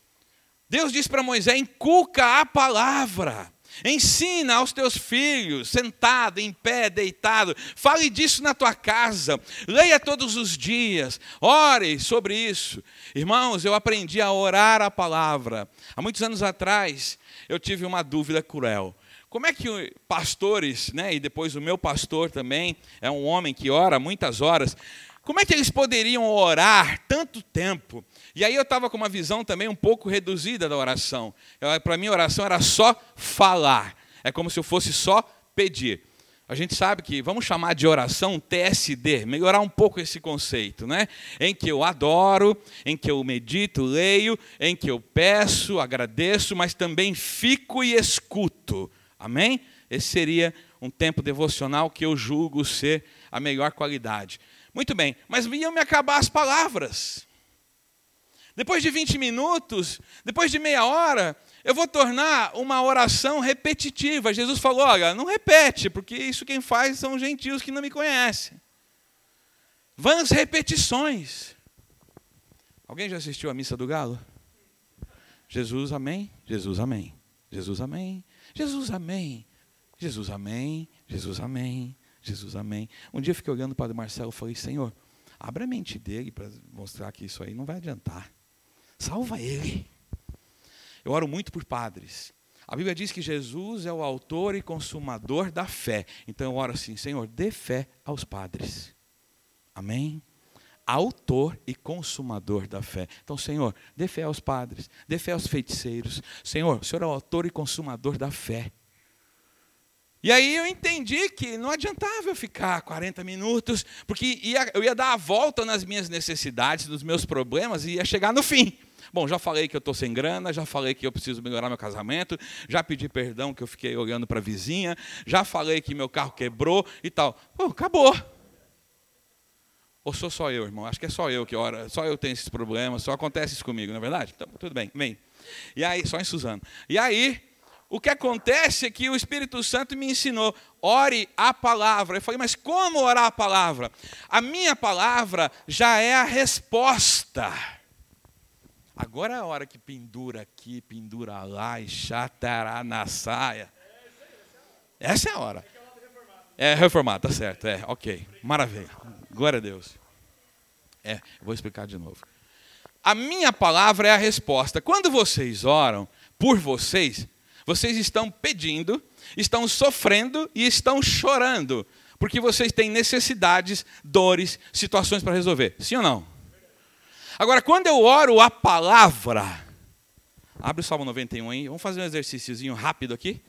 Deus diz para Moisés, inculca a palavra. Ensina aos teus filhos, sentado, em pé, deitado. Fale disso na tua casa. Leia todos os dias. Ore sobre isso. Irmãos, eu aprendi a orar a palavra. Há muitos anos atrás, eu tive uma dúvida cruel. Como é que pastores, né, e depois o meu pastor também, é um homem que ora muitas horas. como é que eles poderiam orar tanto tempo? E aí eu estava com uma visão também um pouco reduzida da oração. Para mim, a oração era só falar. É como se eu fosse só pedir. A gente sabe que vamos chamar de oração T S D, melhorar um pouco esse conceito, né? Em que eu adoro, em que eu medito, leio, em que eu peço, agradeço, mas também fico e escuto. Amém? Esse seria um tempo devocional que eu julgo ser a melhor qualidade. Muito bem, mas iam me acabar as palavras. Depois de vinte minutos, depois de meia hora, eu vou tornar uma oração repetitiva. Jesus falou, olha, não repete, porque isso quem faz são gentios que não me conhecem. Vãs repetições. Alguém já assistiu à missa do galo? Jesus, amém. Jesus, amém. Jesus, amém. Jesus, amém. Jesus, amém. Jesus, amém. Jesus, amém. Um dia eu fiquei olhando para o Padre Marcelo e falei, Senhor, abre a mente dele para mostrar que isso aí não vai adiantar. Salva ele. Eu oro muito por padres. A Bíblia diz que Jesus é o autor e consumador da fé. Então eu oro assim, Senhor, dê fé aos padres. Amém? Autor e consumador da fé. Então, Senhor, dê fé aos padres, dê fé aos feiticeiros. Senhor, o Senhor é o autor e consumador da fé. E aí eu entendi que não adiantava eu ficar quarenta minutos, porque ia, eu ia dar a volta nas minhas necessidades, nos meus problemas, e ia chegar no fim. Bom, já falei que eu estou sem grana, já falei que eu preciso melhorar meu casamento, já pedi perdão que eu fiquei olhando para a vizinha, já falei que meu carro quebrou e tal. Pô, acabou. Ou sou só eu, irmão? Acho que é só eu que ora, só eu tenho esses problemas, só acontece isso comigo, não é verdade? Então, tudo bem, vem. E aí, só em Suzano. E aí, o que acontece é que o Espírito Santo me ensinou, ore a palavra. Eu falei, mas como orar a palavra? A minha palavra já é a resposta. Agora é a hora que pendura aqui, pendura lá e chatará na saia. Essa é a hora. É reformado, tá certo, é, ok. Maravilha, glória a Deus. É, vou explicar de novo. A minha palavra é a resposta. Quando vocês oram por vocês, vocês estão pedindo, estão sofrendo e estão chorando, porque vocês têm necessidades, dores, situações para resolver. Sim ou não? Agora, quando eu oro a palavra, abre o Salmo noventa e um aí, vamos fazer um exercíciozinho rápido aqui.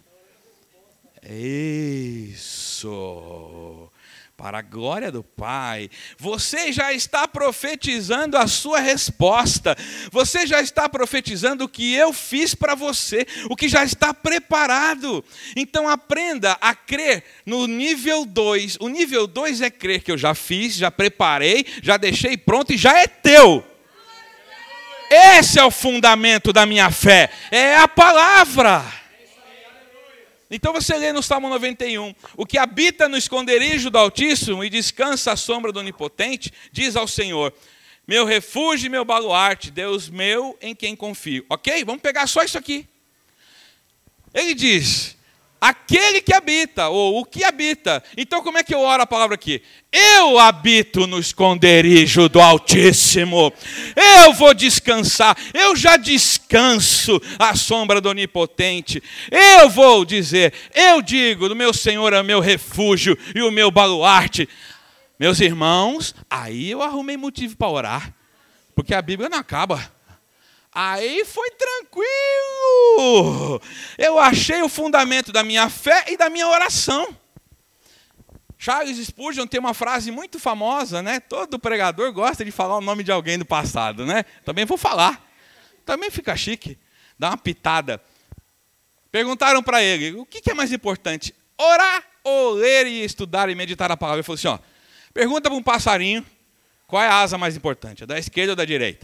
Isso, para a glória do Pai. Você já está profetizando a sua resposta. Você já está profetizando o que eu fiz para você, o que já está preparado. Então aprenda a crer no nível dois. O nível dois é crer que eu já fiz, já preparei, já deixei pronto e já é teu. Esse é o fundamento da minha fé, é a palavra. Então você lê no Salmo noventa e um, o que habita no esconderijo do Altíssimo e descansa à sombra do Onipotente, diz ao Senhor, meu refúgio e meu baluarte, Deus meu em quem confio. Ok? Vamos pegar só isso aqui. Ele diz, aquele que habita, ou o que habita. Então como é que eu oro a palavra aqui? Eu habito no esconderijo do Altíssimo. Eu vou descansar. Eu já descanso à sombra do Onipotente. Eu vou dizer, eu digo, do meu Senhor é o meu refúgio e o meu baluarte. Meus irmãos, aí eu arrumei motivo para orar, porque a Bíblia não acaba. Aí foi tranquilo. Eu achei o fundamento da minha fé e da minha oração. Charles Spurgeon tem uma frase muito famosa, né? Todo pregador gosta de falar o nome de alguém do passado, né? Também vou falar. Também fica chique. Dá uma pitada. Perguntaram para ele, o que é mais importante? Orar ou ler e estudar e meditar a palavra? Ele falou assim, ó, pergunta para um passarinho, qual é a asa mais importante? A da esquerda ou da direita?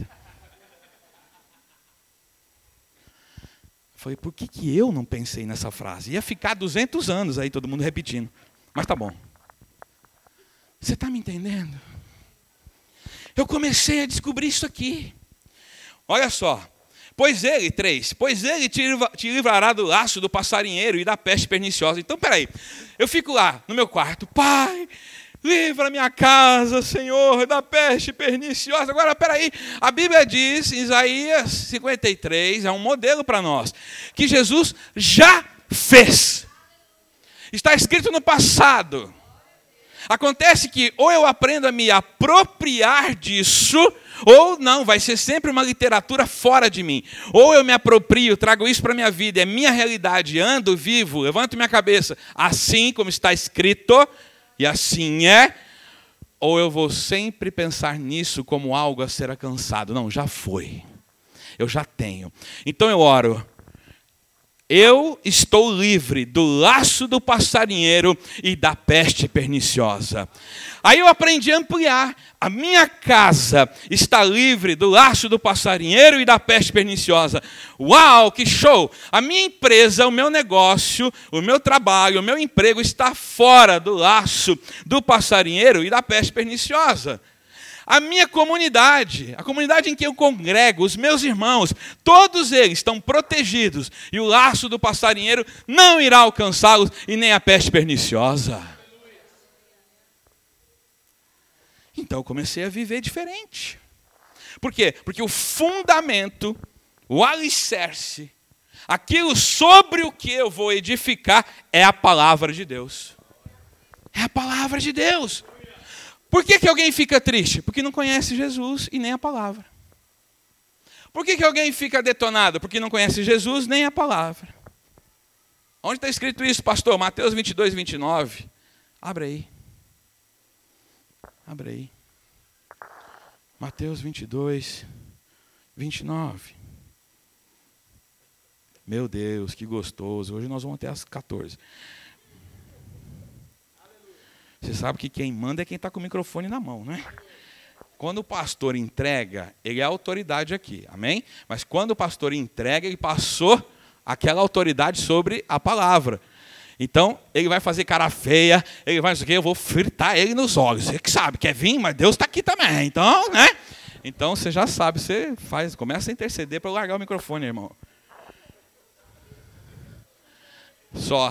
Eu falei, por que, que eu não pensei nessa frase? Ia ficar duzentos anos aí, todo mundo repetindo. Mas tá bom. Você está me entendendo? Eu comecei a descobrir isso aqui. Olha só. Pois ele, três, pois ele te, te livrará do laço do passarinheiro e da peste perniciosa. Então, peraí. Eu fico lá no meu quarto. Pai, livra minha casa, Senhor, da peste perniciosa. Agora, peraí. A Bíblia diz, em Isaías cinquenta e três, é um modelo para nós, que Jesus já fez. Está escrito no passado. Acontece que ou eu aprendo a me apropriar disso, ou não, vai ser sempre uma literatura fora de mim. Ou eu me aproprio, trago isso para a minha vida, é minha realidade, ando, vivo, levanto minha cabeça, assim como está escrito, e assim é. Ou eu vou sempre pensar nisso como algo a ser alcançado. Não, já foi. Eu já tenho. Então eu oro. Eu estou livre do laço do passarinheiro e da peste perniciosa. Aí eu aprendi a ampliar. A minha casa está livre do laço do passarinheiro e da peste perniciosa. Uau, que show! A minha empresa, o meu negócio, o meu trabalho, o meu emprego está fora do laço do passarinheiro e da peste perniciosa. A minha comunidade, a comunidade em que eu congrego, os meus irmãos, todos eles estão protegidos e o laço do passarinheiro não irá alcançá-los e nem a peste perniciosa. Então eu comecei a viver diferente. Por quê? Porque o fundamento, o alicerce, aquilo sobre o que eu vou edificar é a palavra de Deus. É a palavra de Deus. Por que que alguém fica triste? Porque não conhece Jesus e nem a palavra. Por que que alguém fica detonado? Porque não conhece Jesus nem a palavra. Onde está escrito isso, pastor? Mateus vinte e dois, vinte e nove. Abre aí. Abre aí. Mateus vinte e dois, vinte e nove. Meu Deus, que gostoso. Hoje nós vamos até às quatorze. Você sabe que quem manda é quem está com o microfone na mão, né? Quando o pastor entrega, ele é a autoridade aqui, amém? Mas quando o pastor entrega, ele passou aquela autoridade sobre a palavra. Então, ele vai fazer cara feia, ele vai, não sei o quê, eu vou fritar ele nos olhos. Você que sabe, quer vir, mas Deus está aqui também. Então, né? Então, você já sabe, você faz, começa a interceder para eu largar o microfone, irmão. Só.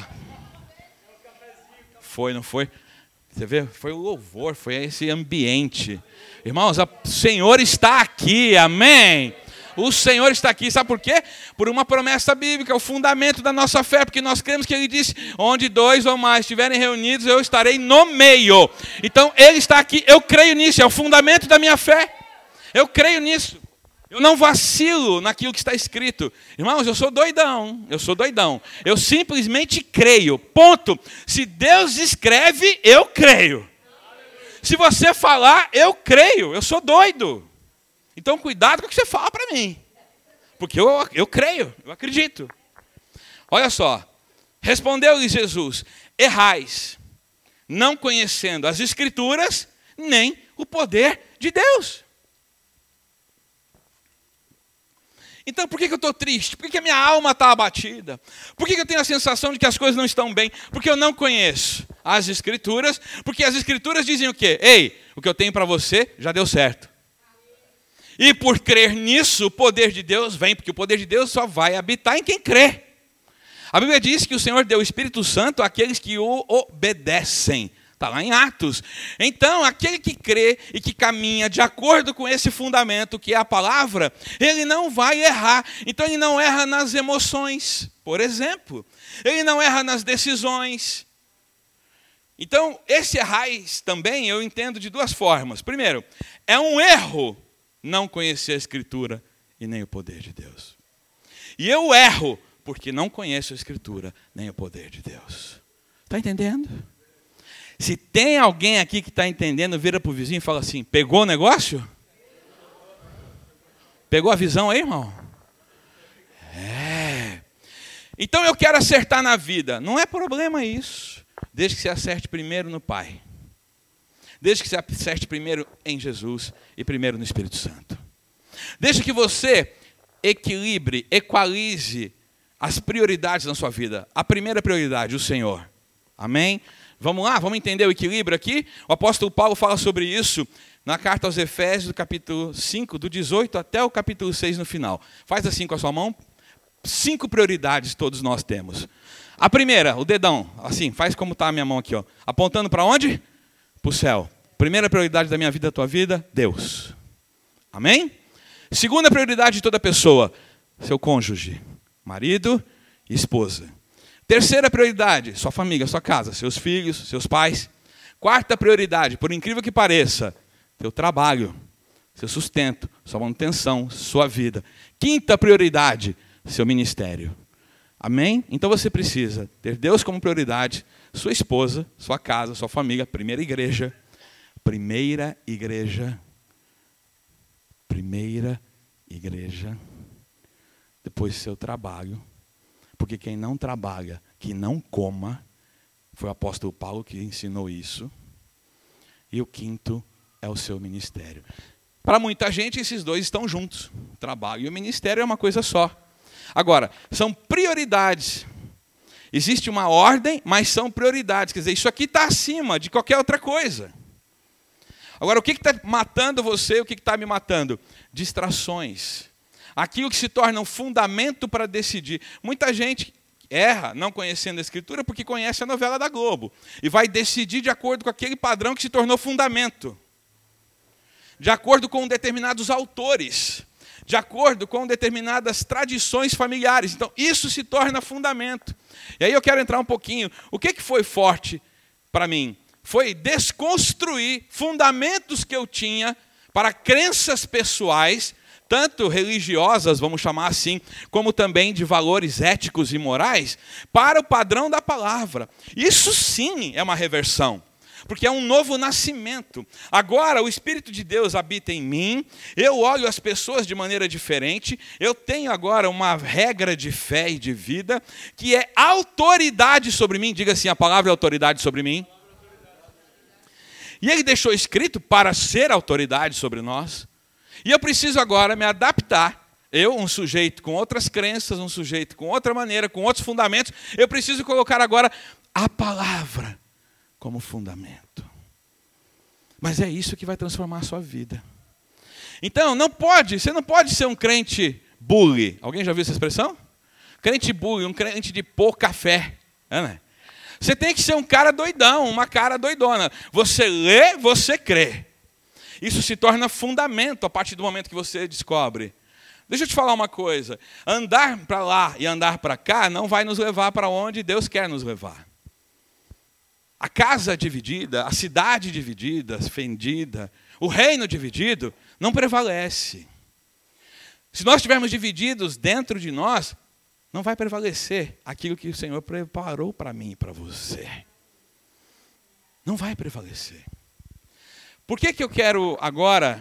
Foi, não foi? Você vê? Foi o louvor, foi esse ambiente. Irmãos, o Senhor está aqui, amém? O Senhor está aqui, sabe por quê? Por uma promessa bíblica, o fundamento da nossa fé, porque nós cremos que Ele disse, onde dois ou mais estiverem reunidos, eu estarei no meio. Então, Ele está aqui, eu creio nisso, é o fundamento da minha fé. Eu creio nisso. Eu não vacilo naquilo que está escrito. Irmãos, eu sou doidão, eu sou doidão. Eu simplesmente creio, ponto. Se Deus escreve, eu creio. Se você falar, eu creio, eu sou doido. Então, cuidado com o que você fala para mim. Porque eu, eu creio, eu acredito. Olha só, respondeu-lhe Jesus, errais, não conhecendo as Escrituras, nem o poder de Deus. Então, por que que eu estou triste? Por que que a minha alma está abatida? Por que que eu tenho a sensação de que as coisas não estão bem? Porque eu não conheço as Escrituras, porque as Escrituras dizem o quê? Ei, o que eu tenho para você já deu certo. E por crer nisso, o poder de Deus vem, porque o poder de Deus só vai habitar em quem crê. A Bíblia diz que o Senhor deu o Espírito Santo àqueles que o obedecem. Está lá em Atos. Então, aquele que crê e que caminha de acordo com esse fundamento, que é a palavra, ele não vai errar. Então, ele não erra nas emoções, por exemplo. Ele não erra nas decisões. Então, esse errais também eu entendo de duas formas. Primeiro, é um erro não conhecer a Escritura e nem o poder de Deus. E eu erro porque não conheço a Escritura nem o poder de Deus. Está entendendo? Se tem alguém aqui que está entendendo, vira para o vizinho e fala assim, pegou o negócio? Pegou a visão aí, irmão? É. Então eu quero acertar na vida. Não é problema isso. Desde que você acerte primeiro no Pai. Desde que você acerte primeiro em Jesus e primeiro no Espírito Santo. Desde que você equilibre, equalize as prioridades na sua vida. A primeira prioridade, o Senhor. Amém? Vamos lá, vamos entender o equilíbrio aqui? O apóstolo Paulo fala sobre isso na carta aos Efésios, do capítulo cinco, do dezoito até o capítulo seis no final. Faz assim com a sua mão. Cinco prioridades todos nós temos. A primeira, o dedão, assim, faz como está a minha mão aqui, ó. Apontando para onde? Para o céu. Primeira prioridade da minha vida, da tua vida, Deus. Amém? Segunda prioridade de toda pessoa, seu cônjuge, marido e esposa. Terceira prioridade, sua família, sua casa, seus filhos, seus pais. Quarta prioridade, por incrível que pareça, teu trabalho, seu sustento, sua manutenção, sua vida. Quinta prioridade, seu ministério. Amém? Então você precisa ter Deus como prioridade, sua esposa, sua casa, sua família, primeira igreja. Primeira igreja. Primeira igreja. Depois seu trabalho. Porque quem não trabalha, que não coma, foi o apóstolo Paulo que ensinou isso. E o quinto é o seu ministério. Para muita gente, esses dois estão juntos. O trabalho e o ministério é uma coisa só. Agora, são prioridades. Existe uma ordem, mas são prioridades. Quer dizer, isso aqui está acima de qualquer outra coisa. Agora, o que está matando você? O que está me matando? Distrações. Aquilo que se torna um fundamento para decidir. Muita gente erra não conhecendo a Escritura porque conhece a novela da Globo. E vai decidir de acordo com aquele padrão que se tornou fundamento. De acordo com determinados autores. De acordo com determinadas tradições familiares. Então, isso se torna fundamento. E aí eu quero entrar um pouquinho. O que foi forte para mim? Foi desconstruir fundamentos que eu tinha para crenças pessoais, tanto religiosas, vamos chamar assim, como também de valores éticos e morais, para o padrão da palavra. Isso sim é uma reversão. Porque é um novo nascimento. Agora o Espírito de Deus habita em mim, eu olho as pessoas de maneira diferente, eu tenho agora uma regra de fé e de vida, que é autoridade sobre mim. Diga assim, a palavra é autoridade sobre mim. E ele deixou escrito para ser autoridade sobre nós. E eu preciso agora me adaptar. Eu, um sujeito com outras crenças, um sujeito com outra maneira, com outros fundamentos, eu preciso colocar agora a palavra como fundamento. Mas é isso que vai transformar a sua vida. Então, não pode, você não pode ser um crente bully. Alguém já viu essa expressão? Crente bully, um crente de pouca fé. É, né? Você tem que ser um cara doidão, uma cara doidona. Você lê, você crê. Isso se torna fundamento a partir do momento que você descobre. Deixa eu te falar uma coisa. Andar para lá e andar para cá não vai nos levar para onde Deus quer nos levar. A casa dividida, a cidade dividida, fendida, o reino dividido, não prevalece. Se nós estivermos divididos dentro de nós, não vai prevalecer aquilo que o Senhor preparou para mim e para você. Não vai prevalecer. Por que que eu quero agora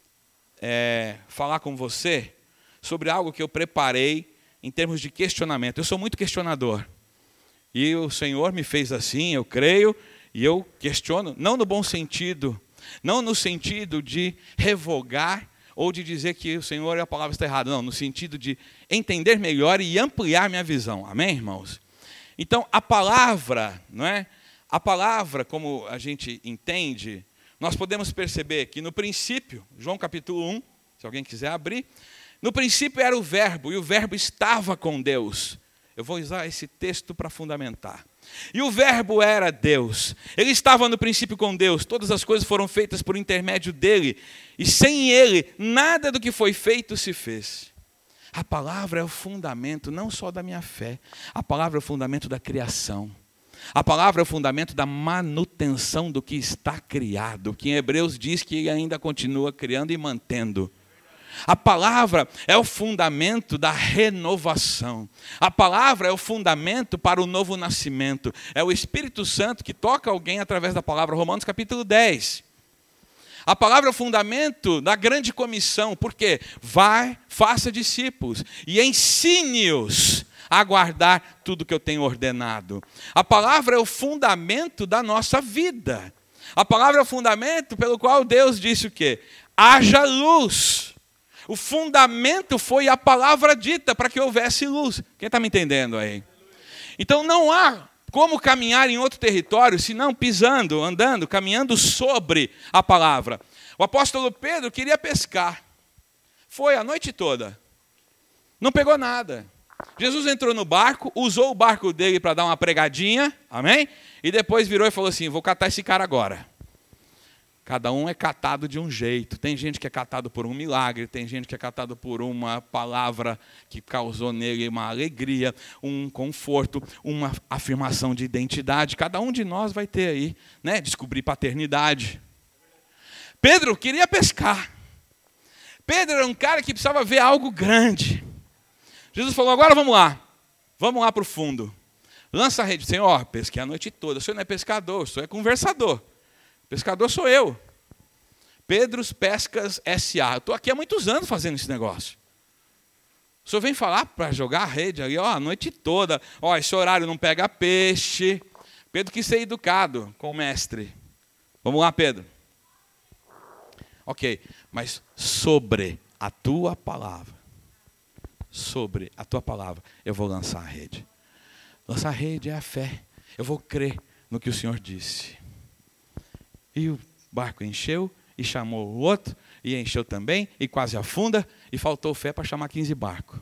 é, falar com você sobre algo que eu preparei em termos de questionamento? Eu sou muito questionador. E o Senhor me fez assim, eu creio, e eu questiono, não no bom sentido, não no sentido de revogar ou de dizer que o Senhor e a palavra está errada, não, no sentido de entender melhor e ampliar minha visão. Amém, irmãos? Então, a palavra, não é? A palavra, como a gente entende, nós podemos perceber que no princípio, João capítulo um, se alguém quiser abrir, no princípio era o verbo, e o verbo estava com Deus. Eu vou usar esse texto para fundamentar. E o verbo era Deus. Ele estava no princípio com Deus. Todas as coisas foram feitas por intermédio dele. E sem ele, nada do que foi feito se fez. A palavra é o fundamento não só da minha fé. A palavra é o fundamento da criação. A palavra é o fundamento da manutenção do que está criado. Que em Hebreus diz que ele ainda continua criando e mantendo. A palavra é o fundamento da renovação. A palavra é o fundamento para o novo nascimento. É o Espírito Santo que toca alguém através da palavra. Romanos capítulo dez. A palavra é o fundamento da grande comissão. Por quê? Vai, faça discípulos e ensine-os a guardar tudo que eu tenho ordenado. A palavra é o fundamento da nossa vida. A palavra é o fundamento pelo qual Deus disse o quê? Haja luz. O fundamento foi a palavra dita para que houvesse luz. Quem está me entendendo aí? Então não há como caminhar em outro território, senão pisando, andando, caminhando sobre a palavra. O apóstolo Pedro queria pescar. Foi a noite toda. Não pegou nada. Jesus entrou no barco, usou o barco dele para dar uma pregadinha, amém? E depois virou e falou assim, vou catar esse cara agora. Cada um é catado de um jeito. Tem gente que é catado por um milagre, tem gente que é catado por uma palavra que causou nele uma alegria, um conforto, uma afirmação de identidade. Cada um de nós vai ter aí, né? Descobrir paternidade. Pedro queria pescar. Pedro era um cara que precisava ver algo grande. Jesus falou, agora vamos lá. Vamos lá para o fundo. Lança a rede. Senhor, pesquei a noite toda. O senhor não é pescador, o senhor é conversador. Pescador sou eu. Pedros Pescas S A Eu estou aqui há muitos anos fazendo esse negócio. O senhor vem falar para jogar a rede ali, ó, a noite toda. Ó, esse horário não pega peixe. Pedro quis ser educado com o mestre. Vamos lá, Pedro. Ok, mas sobre a tua palavra, sobre a tua palavra, eu vou lançar a rede. Lançar a rede é a fé. Eu vou crer no que o Senhor disse. E o barco encheu, e chamou o outro, e encheu também, e quase afunda, e faltou fé para chamar quinze barcos.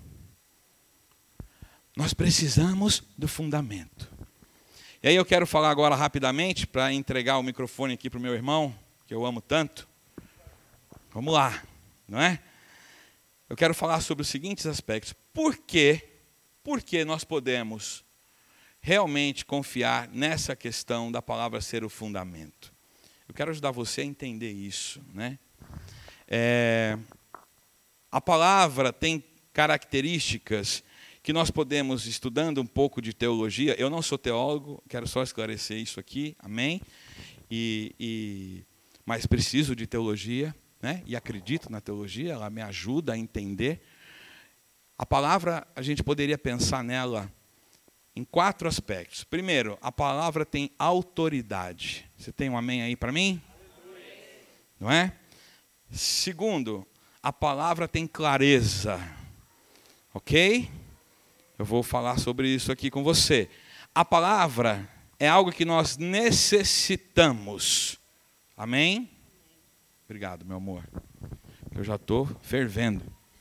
Nós precisamos do fundamento. E aí eu quero falar agora rapidamente, para entregar o microfone aqui para o meu irmão, que eu amo tanto. Vamos lá, não é? Eu quero falar sobre os seguintes aspectos. Por quê? Por que nós podemos realmente confiar nessa questão da palavra ser o fundamento? Eu quero ajudar você a entender isso, né? É, a palavra tem características que nós podemos, estudando um pouco de teologia, eu não sou teólogo, quero só esclarecer isso aqui, amém? E, e, mas preciso de teologia, né? E acredito na teologia, ela me ajuda a entender. A palavra, a gente poderia pensar nela em quatro aspectos. Primeiro, a palavra tem autoridade. Você tem um amém aí para mim? Não é? Segundo, a palavra tem clareza. Ok? Eu vou falar sobre isso aqui com você. A palavra é algo que nós necessitamos. Amém? Obrigado, meu amor. Eu já estou fervendo.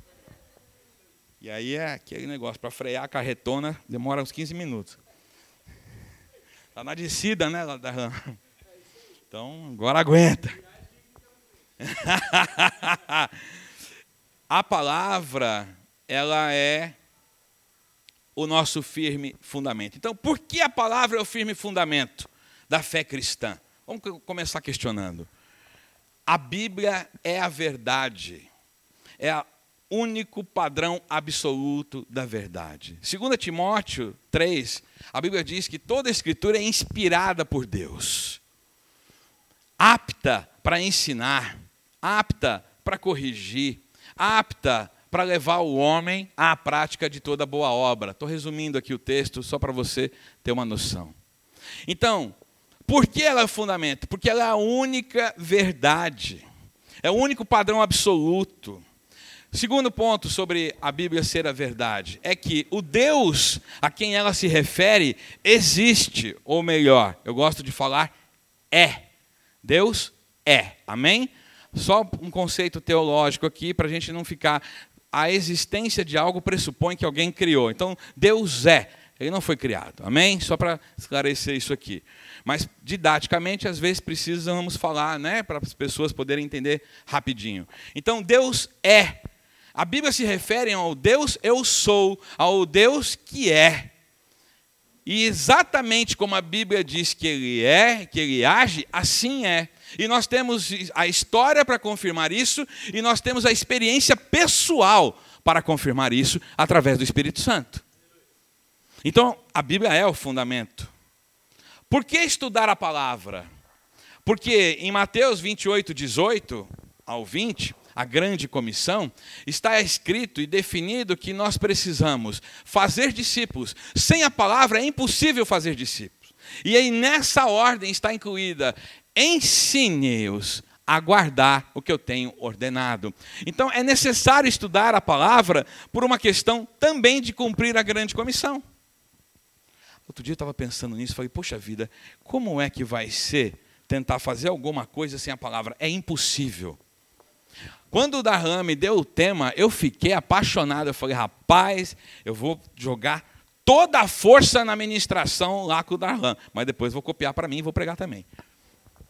E aí é aquele negócio, para frear a carretona, demora uns quinze minutos. Está na descida, né? Então, agora aguenta. A palavra, ela é o nosso firme fundamento. Então, por que a palavra é o firme fundamento da fé cristã? Vamos começar questionando. A Bíblia é a verdade. É o único padrão absoluto da verdade. Segundo Timóteo três, a Bíblia diz que toda a Escritura é inspirada por Deus. Apta para ensinar, apta para corrigir, apta para levar o homem à prática de toda boa obra. Estou resumindo aqui o texto só para você ter uma noção. Então, por que ela é o fundamento? Porque ela é a única verdade. É o único padrão absoluto. Segundo ponto sobre a Bíblia ser a verdade é que o Deus a quem ela se refere existe, ou melhor, eu gosto de falar é. Deus é. Amém? Só um conceito teológico aqui para a gente não ficar... A existência de algo pressupõe que alguém criou. Então, Deus é. Ele não foi criado. Amém? Só para esclarecer isso aqui. Mas, didaticamente, às vezes precisamos falar, né, para as pessoas poderem entender rapidinho. Então, Deus é. A Bíblia se refere ao Deus eu sou, ao Deus que é. E exatamente como a Bíblia diz que Ele é, que Ele age, assim é. E nós temos a história para confirmar isso, e nós temos a experiência pessoal para confirmar isso através do Espírito Santo. Então, a Bíblia é o fundamento. Por que estudar a palavra? Porque em Mateus vinte e oito, dezoito ao vinte, a grande comissão, está escrito e definido que nós precisamos fazer discípulos. Sem a palavra é impossível fazer discípulos. E aí nessa ordem está incluída, ensine-os a guardar o que eu tenho ordenado. Então é necessário estudar a palavra por uma questão também de cumprir a grande comissão. Outro dia eu estava pensando nisso, falei, poxa vida, como é que vai ser tentar fazer alguma coisa sem a palavra? É impossível. Quando o Darlan me deu o tema, eu fiquei apaixonado. Eu falei, rapaz, eu vou jogar toda a força na ministração lá com o Darlan. Mas depois vou copiar para mim e vou pregar também.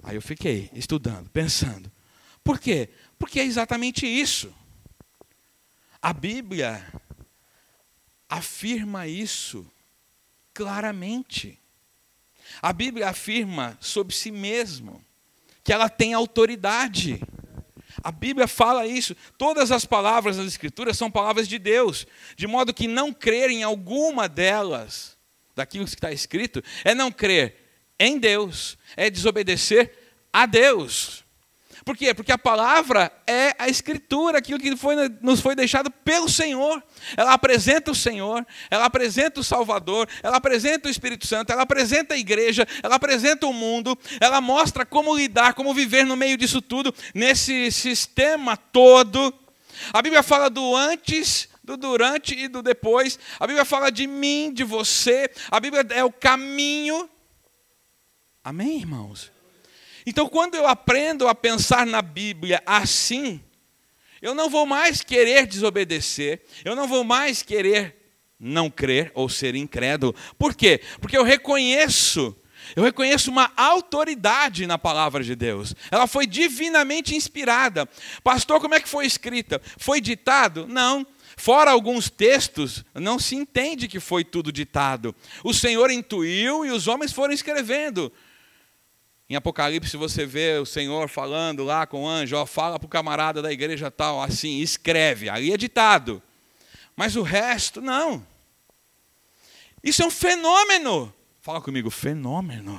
Aí eu fiquei estudando, pensando. Por quê? Porque é exatamente isso. A Bíblia afirma isso claramente. A Bíblia afirma sobre si mesmo que ela tem autoridade. A Bíblia fala isso. Todas as palavras das Escrituras são palavras de Deus, de modo que não crer em alguma delas, daquilo que está escrito, é não crer em Deus, é desobedecer a Deus. Por quê? Porque a palavra é a Escritura, aquilo que foi, nos foi deixado pelo Senhor. Ela apresenta o Senhor, ela apresenta o Salvador, ela apresenta o Espírito Santo, ela apresenta a igreja, ela apresenta o mundo, ela mostra como lidar, como viver no meio disso tudo, nesse sistema todo. A Bíblia fala do antes, do durante e do depois. A Bíblia fala de mim, de você. A Bíblia é o caminho. Amém, irmãos? Então, quando eu aprendo a pensar na Bíblia assim, eu não vou mais querer desobedecer, eu não vou mais querer não crer ou ser incrédulo. Por quê? Porque eu reconheço, eu reconheço uma autoridade na palavra de Deus. Ela foi divinamente inspirada. Pastor, como é que foi escrita? Foi ditado? Não. Fora alguns textos, não se entende que foi tudo ditado. O Senhor intuiu e os homens foram escrevendo. Em Apocalipse você vê o Senhor falando lá com o anjo, ó, fala para o camarada da igreja tal, assim, escreve, ali é ditado. Mas o resto, não. Isso é um fenômeno. Fala comigo, fenômeno.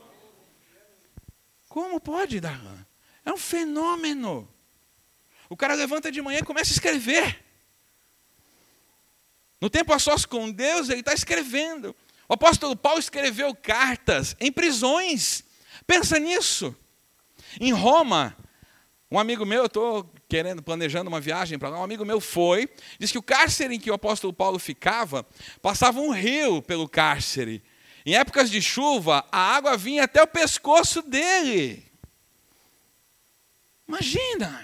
Como pode, Darlan? É um fenômeno. O cara levanta de manhã e começa a escrever. No tempo a sós com Deus, ele está escrevendo. O apóstolo Paulo escreveu cartas em prisões. Pensa nisso. Em Roma, um amigo meu, eu estou querendo, planejando uma viagem para lá, um amigo meu foi, disse que o cárcere em que o apóstolo Paulo ficava, passava um rio pelo cárcere. Em épocas de chuva, a água vinha até o pescoço dele. Imagina!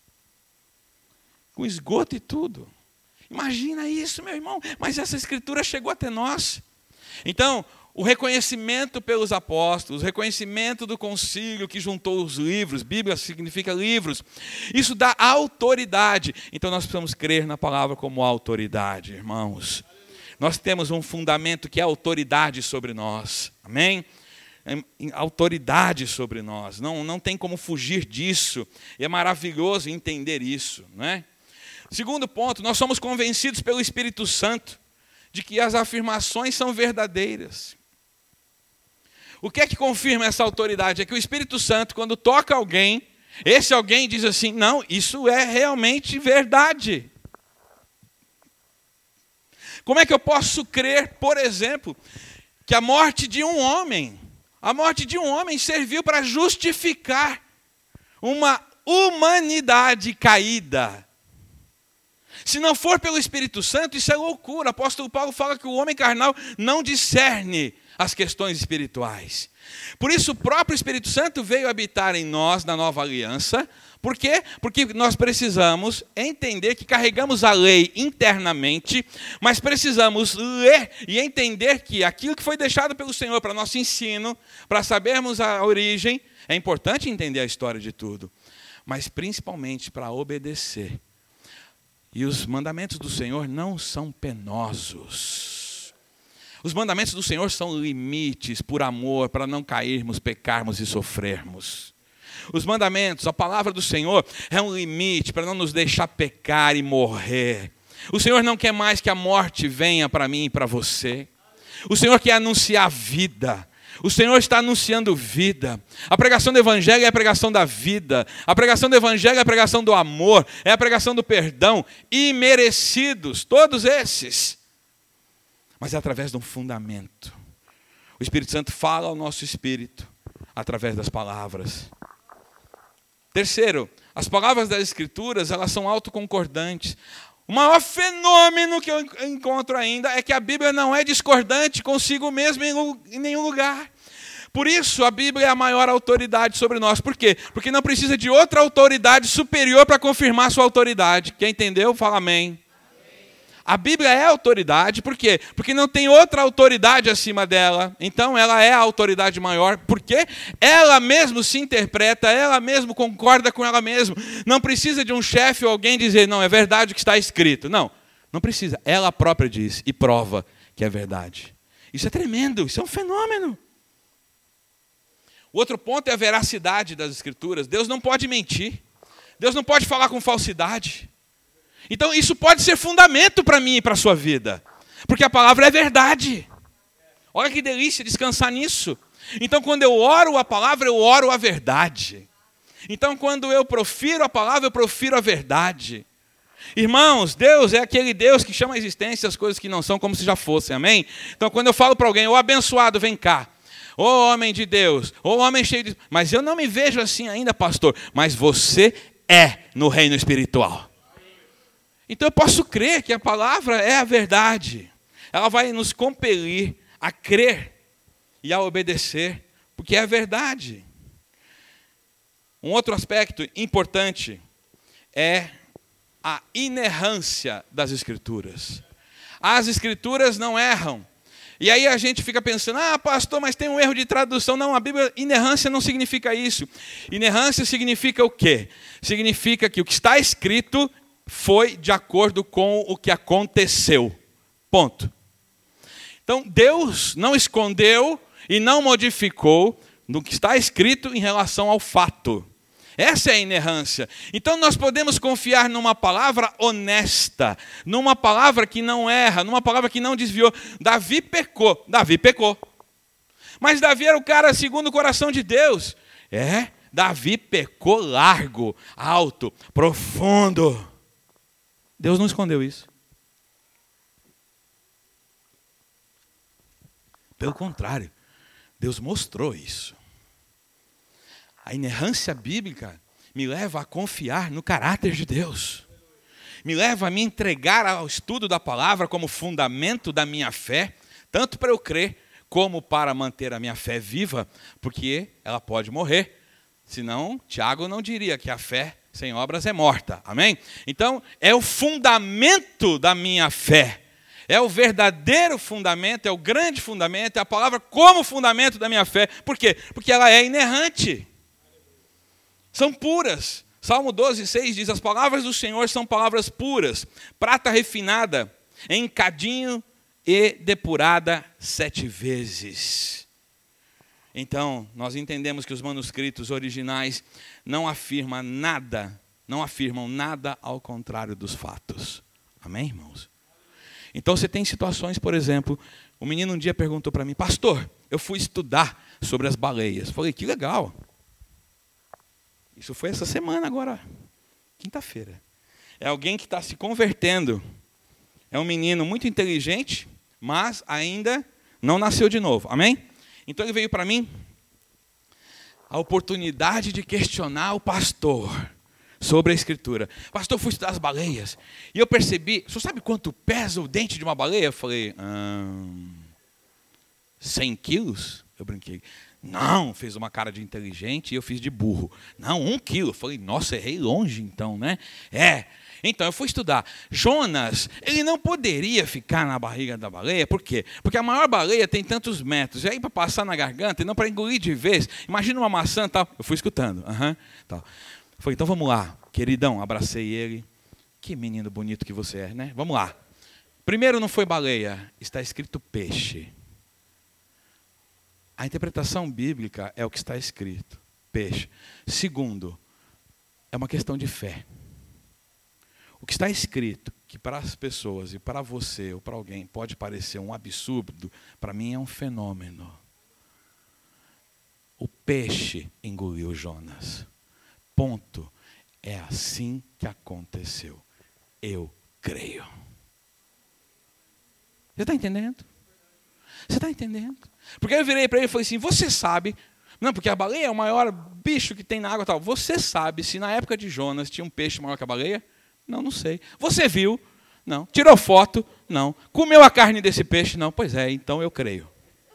Com esgoto e tudo. Imagina isso, meu irmão. Mas essa escritura chegou até nós. Então, o reconhecimento pelos apóstolos, o reconhecimento do concílio que juntou os livros, Bíblia significa livros, isso dá autoridade. Então nós precisamos crer na palavra como autoridade, irmãos. Nós temos um fundamento que é autoridade sobre nós, amém? Autoridade sobre nós, não, não tem como fugir disso, e é maravilhoso entender isso, não é? Segundo ponto, nós somos convencidos pelo Espírito Santo de que as afirmações são verdadeiras. O que é que confirma essa autoridade? É que o Espírito Santo, quando toca alguém, esse alguém diz assim, não, isso é realmente verdade. Como é que eu posso crer, por exemplo, que a morte de um homem, a morte de um homem serviu para justificar uma humanidade caída? Se não for pelo Espírito Santo, isso é loucura. O apóstolo Paulo fala que o homem carnal não discerne as questões espirituais. Por isso o próprio Espírito Santo veio habitar em nós na nova aliança. Por quê? Porque nós precisamos entender que carregamos a lei internamente, mas precisamos ler e entender que aquilo que foi deixado pelo Senhor para nosso ensino, para sabermos a origem, é importante entender a história de tudo, mas principalmente para obedecer. E os mandamentos do Senhor não são penosos. Os mandamentos do Senhor são limites por amor, para não cairmos, pecarmos e sofrermos. Os mandamentos, a palavra do Senhor é um limite para não nos deixar pecar e morrer. O Senhor não quer mais que a morte venha para mim e para você. O Senhor quer anunciar vida. O Senhor está anunciando vida. A pregação do Evangelho é a pregação da vida. A pregação do Evangelho é a pregação do amor. É a pregação do perdão. Imerecidos, todos esses. Mas é através de um fundamento. O Espírito Santo fala ao nosso espírito através das palavras. Terceiro, as palavras das Escrituras, elas são autoconcordantes. O maior fenômeno que eu encontro ainda é que a Bíblia não é discordante consigo mesma em nenhum lugar. Por isso, a Bíblia é a maior autoridade sobre nós. Por quê? Porque não precisa de outra autoridade superior para confirmar sua autoridade. Quem entendeu, fala amém. Amém. A Bíblia é autoridade, por quê? Porque não tem outra autoridade acima dela. Então ela é a autoridade maior, porque ela mesmo se interpreta, ela mesmo concorda com ela mesma. Não precisa de um chefe ou alguém dizer, não, é verdade o que está escrito. Não, não precisa. Ela própria diz e prova que é verdade. Isso é tremendo, isso é um fenômeno. O outro ponto é a veracidade das Escrituras. Deus não pode mentir. Deus não pode falar com falsidade. Então isso pode ser fundamento para mim e para a sua vida. Porque a palavra é verdade. Olha que delícia descansar nisso. Então quando eu oro a palavra, eu oro a verdade. Então quando eu profiro a palavra, eu profiro a verdade. Irmãos, Deus é aquele Deus que chama a existência as coisas que não são como se já fossem, amém? Então quando eu falo para alguém, ô abençoado, vem cá. Ô homem de Deus, ô homem cheio de... Mas eu não me vejo assim ainda, pastor. Mas você é no reino espiritual. Então eu posso crer que a palavra é a verdade. Ela vai nos compelir a crer e a obedecer, porque é a verdade. Um outro aspecto importante é a inerrância das Escrituras. As Escrituras não erram. E aí a gente fica pensando, ah, pastor, mas tem um erro de tradução. Não, a Bíblia, inerrância não significa isso. Inerrância significa o quê? Significa que o que está escrito foi de acordo com o que aconteceu. Ponto. Então, Deus não escondeu e não modificou no que está escrito em relação ao fato. Essa é a inerrância. Então, nós podemos confiar numa palavra honesta, numa palavra que não erra, numa palavra que não desviou. Davi pecou. Davi pecou. Mas Davi era o cara segundo o coração de Deus. É, Davi pecou largo, alto, profundo. Deus não escondeu isso. Pelo contrário, Deus mostrou isso. A inerrância bíblica me leva a confiar no caráter de Deus. Me leva a me entregar ao estudo da palavra como fundamento da minha fé, tanto para eu crer, como para manter a minha fé viva, porque ela pode morrer. Senão, Tiago não diria que a fé sem obras é morta. Amém? Então, é o fundamento da minha fé. É o verdadeiro fundamento, é o grande fundamento, é a palavra como fundamento da minha fé. Por quê? Porque ela é inerrante. São puras. Salmo doze, seis diz, as palavras do Senhor são palavras puras, prata refinada, em cadinho e depurada sete vezes. Então, nós entendemos que os manuscritos originais não afirmam nada, não afirmam nada ao contrário dos fatos. Amém, irmãos? Então, você tem situações, por exemplo, o menino um dia perguntou para mim, pastor, eu fui estudar sobre as baleias. Falei, que legal. Isso foi essa semana agora, quinta-feira. É alguém que está se convertendo. É um menino muito inteligente, mas ainda não nasceu de novo. Amém? Então ele veio para mim a oportunidade de questionar o pastor sobre a Escritura. Pastor, eu fui estudar as baleias e eu percebi, o senhor sabe quanto pesa o dente de uma baleia? Eu falei, hum, cem quilos? Eu brinquei. Não, fez uma cara de inteligente e eu fiz de burro. Não, um quilo. Eu falei, nossa, errei longe então, né? É. Então, eu fui estudar. Jonas, ele não poderia ficar na barriga da baleia. Por quê? Porque a maior baleia tem tantos metros. E aí, para passar na garganta, e não para engolir de vez. Imagina uma maçã e tal. Eu fui escutando. Uhum, tal. Falei, então vamos lá. Queridão, abracei ele. Que menino bonito que você é, né? Vamos lá. Primeiro, não foi baleia. Está escrito peixe. A interpretação bíblica é o que está escrito, peixe. Segundo, é uma questão de fé. O que está escrito, que para as pessoas e para você ou para alguém pode parecer um absurdo, para mim é um fenômeno. O peixe engoliu Jonas. Ponto. É assim que aconteceu. Eu creio. Você está entendendo? Você está entendendo? Porque eu virei para ele e falei assim, você sabe, não, porque a baleia é o maior bicho que tem na água e tal. Você sabe se na época de Jonas tinha um peixe maior que a baleia? Não, não sei. Você viu? Não. Tirou foto? Não. Comeu a carne desse peixe? Não. Pois é, então eu creio.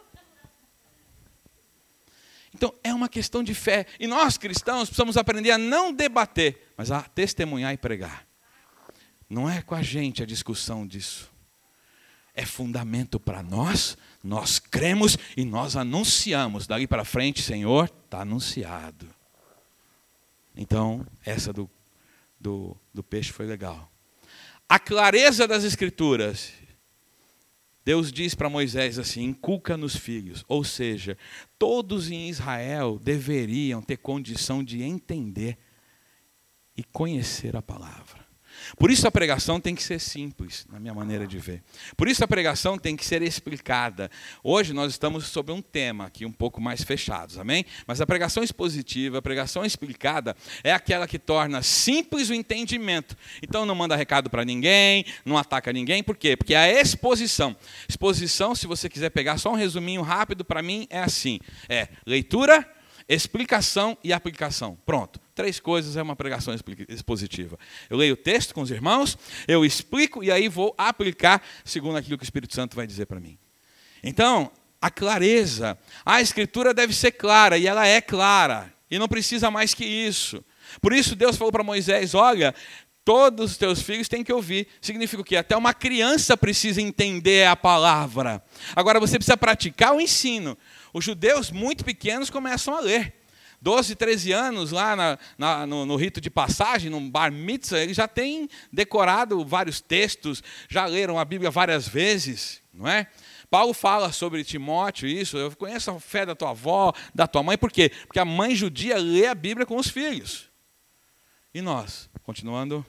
Então é uma questão de fé. E nós cristãos precisamos aprender a não debater, mas a testemunhar e pregar. Não é com a gente a discussão disso. É fundamento para nós, nós cremos e nós anunciamos. Dali para frente, Senhor, está anunciado. Então, essa do, do, do peixe foi legal. A clareza das Escrituras. Deus diz para Moisés assim, inculca nos filhos. Ou seja, todos em Israel deveriam ter condição de entender e conhecer a palavra. Por isso a pregação tem que ser simples, na minha maneira de ver. Por isso a pregação tem que ser explicada. Hoje nós estamos sobre um tema aqui um pouco mais fechados, amém? Mas a pregação expositiva, a pregação explicada é aquela que torna simples o entendimento. Então não manda recado para ninguém, não ataca ninguém. Por quê? Porque a exposição. Exposição, se você quiser pegar só um resuminho rápido, para mim é assim. É leitura, explicação e aplicação. Pronto. Três coisas é uma pregação expositiva. Eu leio o texto com os irmãos, eu explico e aí vou aplicar segundo aquilo que o Espírito Santo vai dizer para mim. Então, a clareza. A Escritura deve ser clara e ela é clara. E não precisa mais que isso. Por isso Deus falou para Moisés, olha, todos os teus filhos têm que ouvir. Significa o quê? Até uma criança precisa entender a palavra. Agora você precisa praticar o ensino. Os judeus muito pequenos começam a ler. doze, treze anos, lá na, na, no, no rito de passagem, no bar mitzvah, eles já têm decorado vários textos, já leram a Bíblia várias vezes, não é? Paulo fala sobre Timóteo, isso, eu conheço a fé da tua avó, da tua mãe, por quê? Porque a mãe judia lê a Bíblia com os filhos. E nós? Continuando.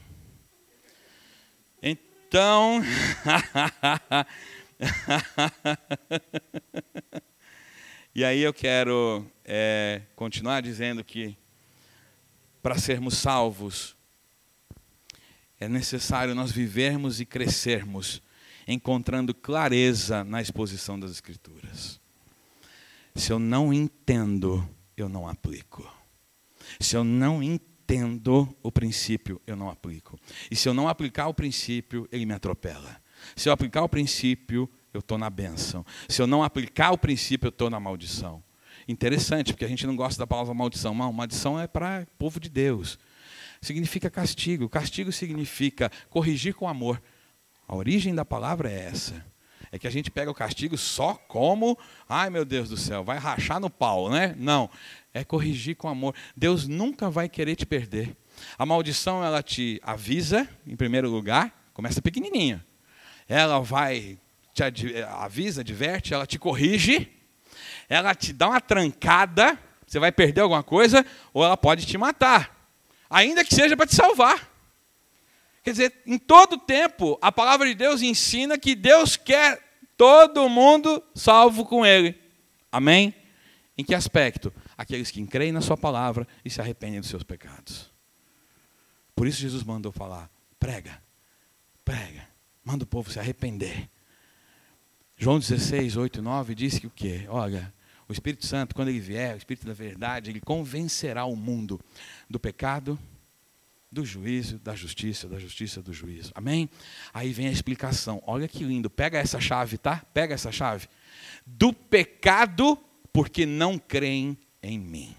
Então... E aí eu quero é, continuar dizendo que para sermos salvos é necessário nós vivermos e crescermos encontrando clareza na exposição das Escrituras. Se eu não entendo, eu não aplico. Se eu não entendo o princípio, eu não aplico. E se eu não aplicar o princípio, ele me atropela. Se eu aplicar o princípio, eu estou na bênção. Se eu não aplicar o princípio, eu estou na maldição. Interessante, porque a gente não gosta da palavra maldição. Não, maldição é para o povo de Deus. Significa castigo. Castigo significa corrigir com amor. A origem da palavra é essa. É que a gente pega o castigo só como, ai meu Deus do céu, vai rachar no pau, né? Não, é corrigir com amor. Deus nunca vai querer te perder. A maldição, ela te avisa, em primeiro lugar, começa pequenininha. Ela vai... te avisa, adverte, ela te corrige, ela te dá uma trancada, você vai perder alguma coisa, ou ela pode te matar, ainda que seja para te salvar. Quer dizer, em todo tempo, a palavra de Deus ensina que Deus quer todo mundo salvo com Ele. Amém? Em que aspecto? Aqueles que creem na sua palavra e se arrependem dos seus pecados. Por isso Jesus mandou falar, prega, prega, manda o povo se arrepender. João dezesseis, oito e nove diz que o quê? Olha, o Espírito Santo, quando ele vier, o Espírito da verdade, ele convencerá o mundo do pecado, do juízo, da justiça, da justiça, do juízo. Amém? Aí vem a explicação. Olha que lindo. Pega essa chave, tá? Pega essa chave. Do pecado, porque não creem em mim.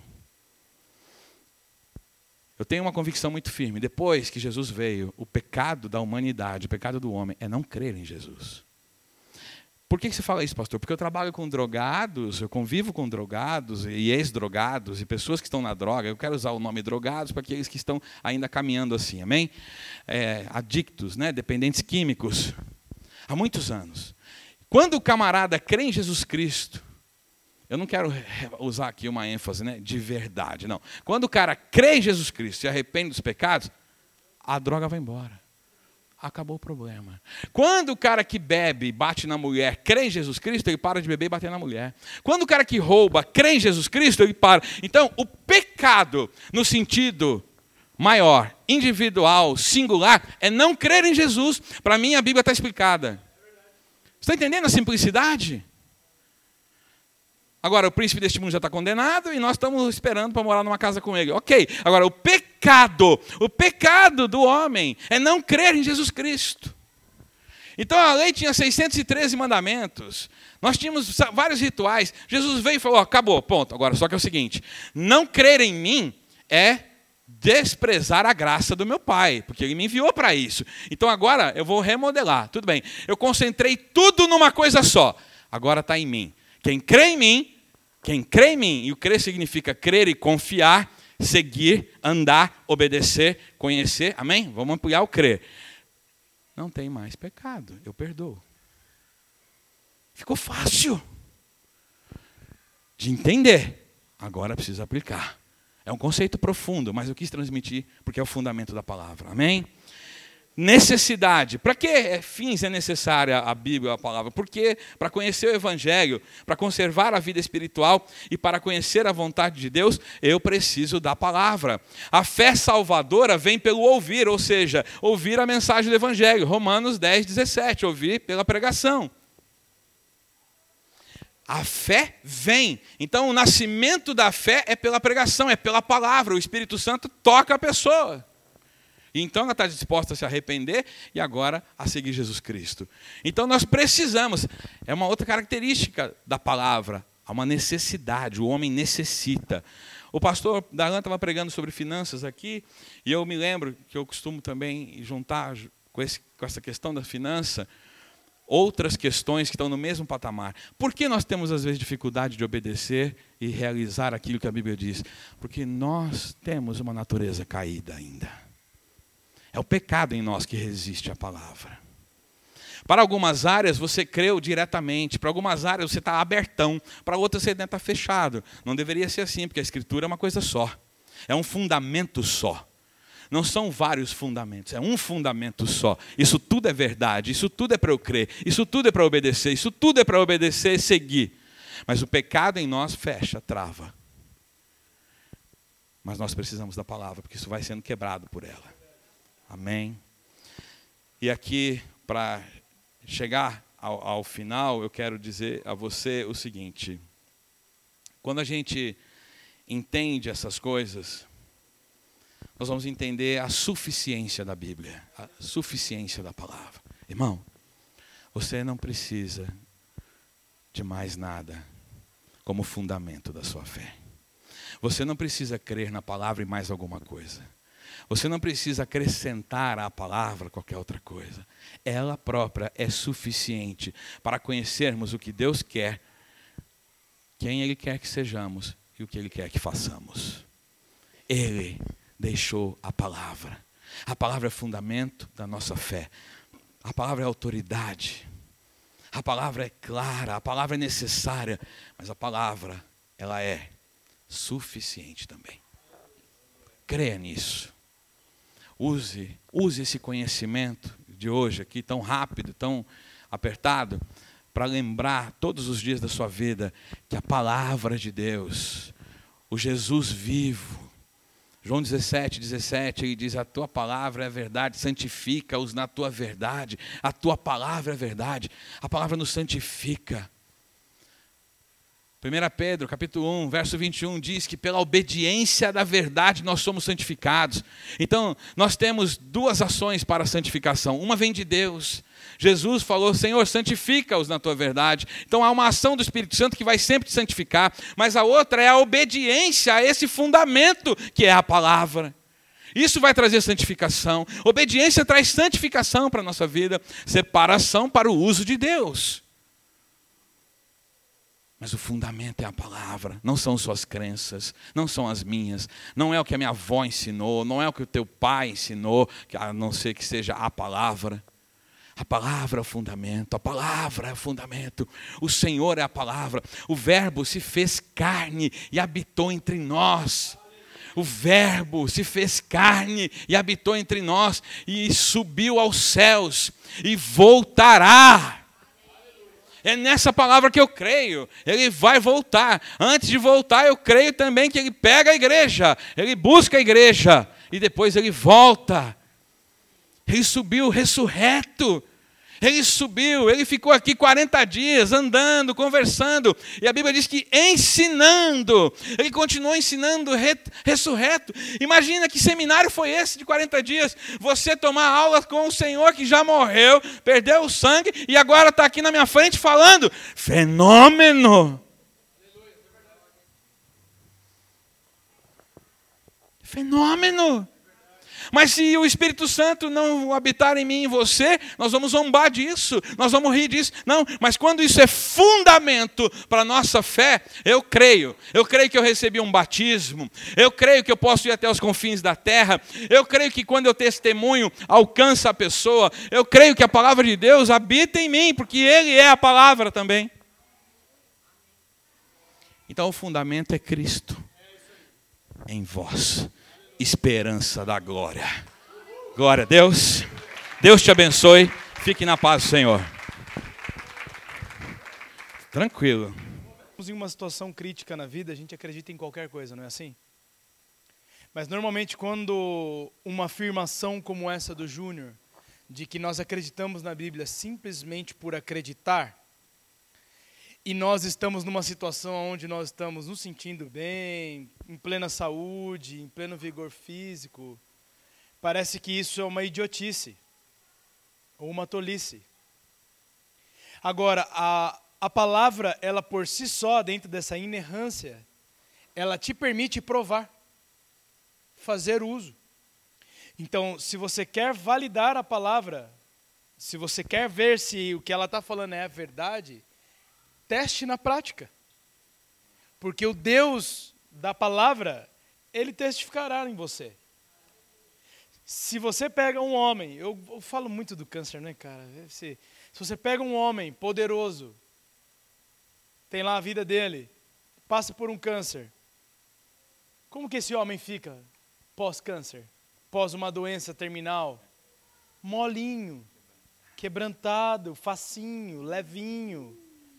Eu tenho uma convicção muito firme. Depois que Jesus veio, o pecado da humanidade, o pecado do homem, é não crer em Jesus. Por que você fala isso, pastor? Porque eu trabalho com drogados, eu convivo com drogados e ex-drogados e pessoas que estão na droga. Eu quero usar o nome drogados para aqueles que estão ainda caminhando assim, amém? É, adictos, né? Dependentes químicos, há muitos anos. Quando o camarada crê em Jesus Cristo, eu não quero usar aqui uma ênfase, né, de verdade, não. Quando o cara crê em Jesus Cristo e se arrepende dos pecados, a droga vai embora. Acabou o problema. Quando o cara que bebe, bate na mulher, crê em Jesus Cristo, ele para de beber e bater na mulher. Quando o cara que rouba, crê em Jesus Cristo, ele para. Então, o pecado, no sentido maior, individual, singular, é não crer em Jesus. Para mim, a Bíblia está explicada. Você está entendendo a simplicidade? Agora, o príncipe deste mundo já está condenado e nós estamos esperando para morar numa casa com ele. Ok, agora o pecado, o pecado do homem é não crer em Jesus Cristo. Então a lei tinha seiscentos e treze mandamentos, nós tínhamos vários rituais. Jesus veio e falou, acabou, ponto. Agora, só que é o seguinte, não crer em mim é desprezar a graça do meu Pai, porque Ele me enviou para isso. Então agora eu vou remodelar. Tudo bem, eu concentrei tudo numa coisa só. Agora está em mim. Quem crê em mim, quem crê em mim, e o crer significa crer e confiar, seguir, andar, obedecer, conhecer. Amém? Vamos ampliar o crer. Não tem mais pecado, eu perdoo. Ficou fácil de entender. Agora precisa aplicar. É um conceito profundo, mas eu quis transmitir porque é o fundamento da palavra. Amém? Necessidade. Para que fins é necessária a Bíblia, a palavra? Porque para conhecer o Evangelho, para conservar a vida espiritual e para conhecer a vontade de Deus, eu preciso da palavra. A fé salvadora vem pelo ouvir, ou seja, ouvir a mensagem do Evangelho. Romanos dez, dezessete, ouvir pela pregação. A fé vem. Então, o nascimento da fé é pela pregação, é pela palavra. O Espírito Santo toca a pessoa. E então ela está disposta a se arrepender e agora a seguir Jesus Cristo. Então, nós precisamos. É uma outra característica da palavra. Há uma necessidade. O homem necessita. O pastor Darlan estava pregando sobre finanças aqui. E eu me lembro que eu costumo também juntar com, esse, com essa questão da finança outras questões que estão no mesmo patamar. Por que nós temos, às vezes, dificuldade de obedecer e realizar aquilo que a Bíblia diz? Porque nós temos uma natureza caída ainda. É o pecado em nós que resiste à palavra. Para algumas áreas você creu diretamente, para algumas áreas você está abertão, para outras você está fechado. Não deveria ser assim, porque a Escritura é uma coisa só. É um fundamento só. Não são vários fundamentos, é um fundamento só. Isso tudo é verdade, isso tudo é para eu crer, isso tudo é para obedecer, isso tudo é para obedecer e seguir. Mas o pecado em nós fecha, trava. Mas nós precisamos da palavra, porque isso vai sendo quebrado por ela. Amém? E aqui, para chegar ao, ao final, eu quero dizer a você o seguinte. Quando a gente entende essas coisas, nós vamos entender a suficiência da Bíblia, a suficiência da palavra. Irmão, você não precisa de mais nada como fundamento da sua fé. Você não precisa crer na palavra e mais alguma coisa. Você não precisa acrescentar à palavra qualquer outra coisa. Ela própria é suficiente para conhecermos o que Deus quer, quem Ele quer que sejamos e o que Ele quer que façamos. Ele deixou a palavra. A palavra é fundamento da nossa fé. A palavra é autoridade. A palavra é clara, a palavra é necessária, mas a palavra, ela é suficiente também. Creia nisso. Use, use esse conhecimento de hoje aqui, tão rápido, tão apertado, para lembrar todos os dias da sua vida que a palavra de Deus, o Jesus vivo, João dezessete, dezessete, ele diz, a tua palavra é verdade, santifica-os na tua verdade, a tua palavra é verdade, a palavra nos santifica. primeira Pedro, capítulo um, verso vinte e um, diz que pela obediência da verdade nós somos santificados. Então, nós temos duas ações para a santificação. Uma vem de Deus. Jesus falou, Senhor, santifica-os na tua verdade. Então, há uma ação do Espírito Santo que vai sempre te santificar. Mas a outra é a obediência a esse fundamento que é a palavra. Isso vai trazer santificação. Obediência traz santificação para a nossa vida. Separação para o uso de Deus. Mas o fundamento é a palavra, não são suas crenças, não são as minhas, não é o que a minha avó ensinou, não é o que o teu pai ensinou, a não ser que seja a palavra. A palavra é o fundamento, a palavra é o fundamento, o Senhor é a palavra, o Verbo se fez carne e habitou entre nós. O Verbo se fez carne e habitou entre nós e subiu aos céus e voltará. É nessa palavra que eu creio. Ele vai voltar. Antes de voltar, eu creio também que ele pega a igreja. Ele busca a igreja. E depois ele volta. Ele subiu ressurreto. Ele subiu, ele ficou aqui quarenta dias, andando, conversando. E a Bíblia diz que ensinando. Ele continuou ensinando ressurreto. Imagina que seminário foi esse de quarenta dias. Você tomar aula com o Senhor que já morreu, perdeu o sangue e agora está aqui na minha frente falando. Fenômeno. Fenômeno! Mas se o Espírito Santo não habitar em mim e em você, nós vamos zombar disso, nós vamos rir disso. Não, mas quando isso é fundamento para a nossa fé, eu creio. Eu creio que eu recebi um batismo, eu creio que eu posso ir até os confins da terra, eu creio que quando eu testemunho, alcança a pessoa, eu creio que a palavra de Deus habita em mim, porque Ele é a palavra também. Então o fundamento é Cristo em vós. Esperança da glória. Glória a Deus. Deus te abençoe. Fique na paz do Senhor. Tranquilo. Em uma situação crítica na vida, a gente acredita em qualquer coisa, não é assim? Mas normalmente quando uma afirmação como essa do Júnior, de que nós acreditamos na Bíblia simplesmente por acreditar, e nós estamos numa situação onde nós estamos nos sentindo bem, em plena saúde, em pleno vigor físico, parece que isso é uma idiotice, ou uma tolice. Agora, a, a palavra, ela por si só, dentro dessa inerrância, ela te permite provar, fazer uso. Então, se você quer validar a palavra, se você quer ver se o que ela está falando é a verdade, teste na prática. Porque o Deus da palavra, Ele testificará em você. Se você pega um homem, eu, eu falo muito do câncer, né, cara? Se, se você pega um homem poderoso, tem lá a vida dele, passa por um câncer, como que esse homem fica pós-câncer? Pós uma doença terminal? Molinho, quebrantado, facinho, levinho.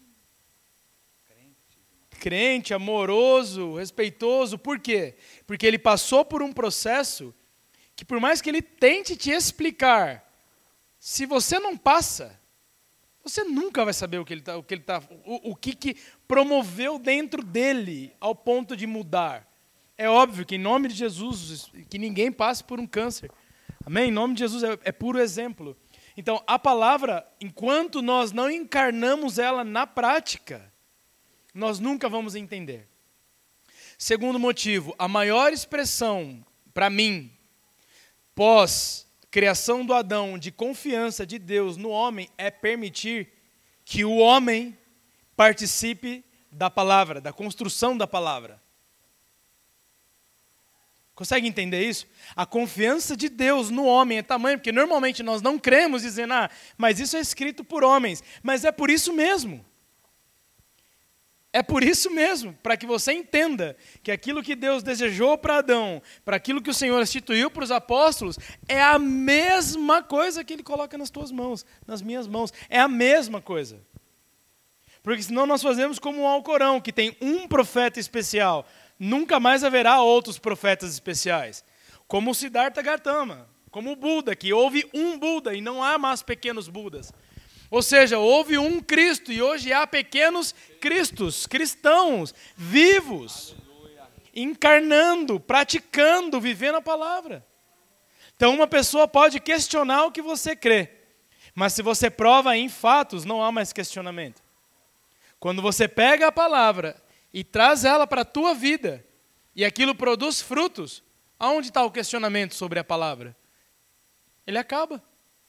Crente, amoroso, respeitoso. Por quê? Porque ele passou por um processo que, por mais que ele tente te explicar, se você não passa, você nunca vai saber o que ele tá, o que ele tá, o, o que, que promoveu dentro dele ao ponto de mudar. É óbvio que em nome de Jesus, que ninguém passe por um câncer. Amém? Em nome de Jesus é, é puro exemplo. Então, a palavra, enquanto nós não encarnamos ela na prática, nós nunca vamos entender. Segundo motivo, a maior expressão, para mim, pós-criação do Adão, de confiança de Deus no homem, é permitir que o homem participe da palavra, da construção da palavra. Consegue entender isso? A confiança de Deus no homem é tamanho, porque normalmente nós não cremos dizendo, ah, mas isso é escrito por homens. Mas é por isso mesmo. É por isso mesmo, para que você entenda que aquilo que Deus desejou para Adão, para aquilo que o Senhor instituiu para os apóstolos, é a mesma coisa que Ele coloca nas tuas mãos, nas minhas mãos. É a mesma coisa. Porque senão nós fazemos como o Alcorão, que tem um profeta especial. Nunca mais haverá outros profetas especiais. Como o Siddhartha Gautama, como o Buda, que houve um Buda e não há mais pequenos Budas. Ou seja, houve um Cristo e hoje há pequenos Cristos, cristãos, vivos, aleluia, encarnando, praticando, vivendo a palavra. Então uma pessoa pode questionar o que você crê, mas se você prova em fatos, não há mais questionamento. Quando você pega a palavra e traz ela para a tua vida, e aquilo produz frutos, aonde está o questionamento sobre a palavra? Ele acaba.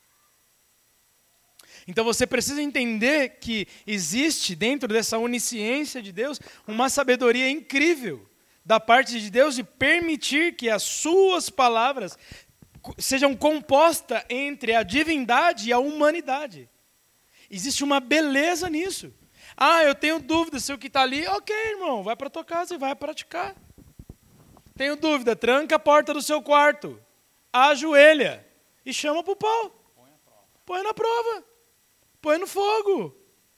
Então você precisa entender que existe dentro dessa onisciência de Deus uma sabedoria incrível da parte de Deus de permitir que as suas palavras sejam compostas entre a divindade e a humanidade. Existe uma beleza nisso. Ah, eu tenho dúvida se o que está ali, ok, irmão, vai para a tua casa e vai praticar. Tenho dúvida, tranca a porta do seu quarto, ajoelha e chama para o pau. Põe na prova. Põe no fogo.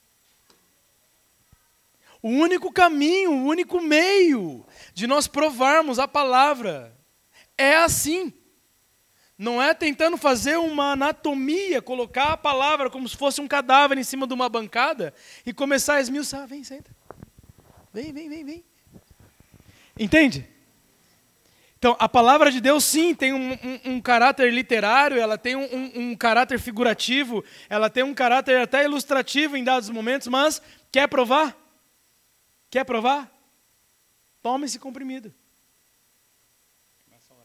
O único caminho, o único meio de nós provarmos a palavra é assim. Não é tentando fazer uma anatomia, colocar a palavra como se fosse um cadáver em cima de uma bancada e começar a esmiuçar. Vem, senta. Vem, vem, vem, vem. Entende? Então, a palavra de Deus, sim, tem um, um, um caráter literário, ela tem um, um, um caráter figurativo, ela tem um caráter até ilustrativo em dados momentos, mas quer provar? Quer provar? Toma esse comprimido.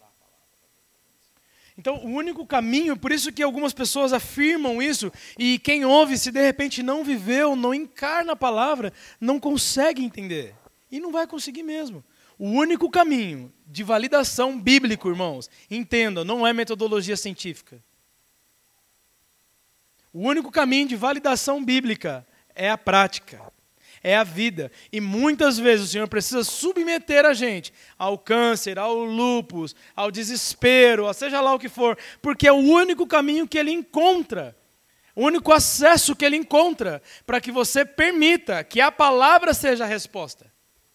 Então, o único caminho, por isso que algumas pessoas afirmam isso, e quem ouve, se de repente não viveu, não encarna a palavra, não consegue entender. E não vai conseguir mesmo. O único caminho de validação bíblico, irmãos, entendam, não é metodologia científica. O único caminho de validação bíblica é a prática, é a vida. E muitas vezes o Senhor precisa submeter a gente ao câncer, ao lúpus, ao desespero, a seja lá o que for, porque é o único caminho que Ele encontra, o único acesso que Ele encontra para que você permita que a palavra seja a resposta.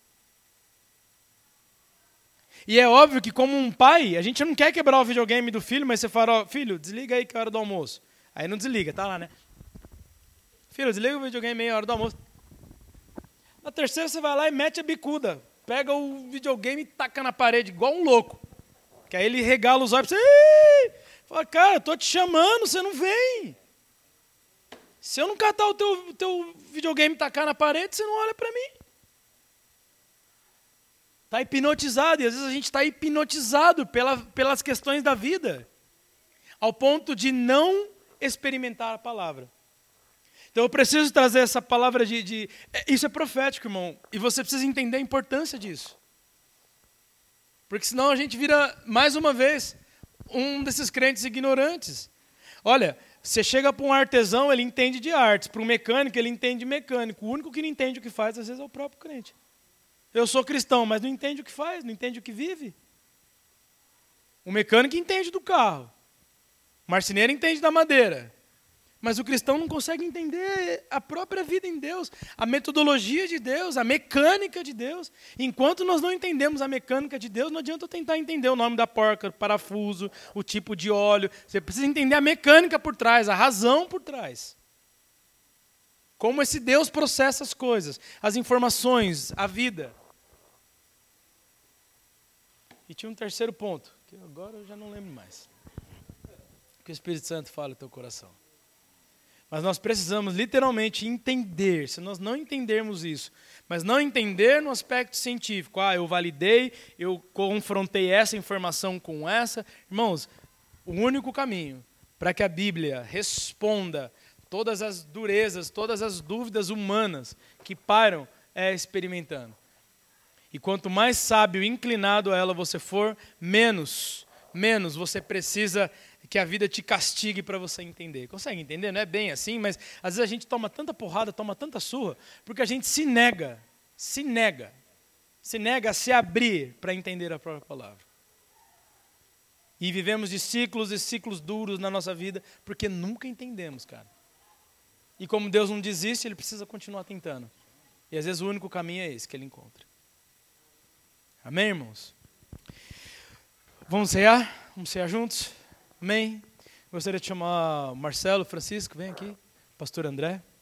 E é óbvio que como um pai, a gente não quer quebrar o videogame do filho, mas você fala, ó, filho, desliga aí que é a hora do almoço. Aí não desliga, tá lá, né? Filho, desliga o videogame aí, é a hora do almoço. Na terceira você vai lá e mete a bicuda. Pega o videogame e taca na parede, igual um louco. Que aí ele regala os olhos pra você. Fala, cara, eu tô te chamando, você não vem. Se eu não catar o teu, teu videogame e tacar na parede, você não olha para mim. Está hipnotizado, e às vezes a gente está hipnotizado pela, pelas questões da vida, ao ponto de não experimentar a palavra. Então eu preciso trazer essa palavra de, de... Isso é profético, irmão, e você precisa entender a importância disso. Porque senão a gente vira, mais uma vez, um desses crentes ignorantes. Olha, você chega para um artesão, ele entende de artes, para um mecânico, ele entende de mecânico. O único que não entende o que faz, às vezes, é o próprio crente. Eu sou cristão, mas não entende o que faz, não entende o que vive. O mecânico entende do carro. O marceneiro entende da madeira. Mas o cristão não consegue entender a própria vida em Deus, a metodologia de Deus, a mecânica de Deus. Enquanto nós não entendemos a mecânica de Deus, não adianta eu tentar entender o nome da porca, o parafuso, o tipo de óleo. Você precisa entender a mecânica por trás, a razão por trás. Como esse Deus processa as coisas, as informações, a vida. E tinha um terceiro ponto, que agora eu já não lembro mais. Que o Espírito Santo fala no teu coração. Mas nós precisamos literalmente entender, se nós não entendermos isso, mas não entender no aspecto científico, ah, eu validei, eu confrontei essa informação com essa. Irmãos, o único caminho para que a Bíblia responda todas as durezas, todas as dúvidas humanas que param é experimentando. E quanto mais sábio e inclinado a ela você for, menos, menos você precisa que a vida te castigue para você entender. Consegue entender? Não é bem assim, mas às vezes a gente toma tanta porrada, toma tanta surra, porque a gente se nega, se nega, se nega a se abrir para entender a própria palavra. E vivemos de ciclos e ciclos duros na nossa vida, porque nunca entendemos, cara. E como Deus não desiste, Ele precisa continuar tentando. E às vezes o único caminho é esse que Ele encontra. Amém, irmãos? Vamos cear? Vamos cear juntos? Amém? Gostaria de chamar o Marcelo, Francisco, vem aqui. Pastor André.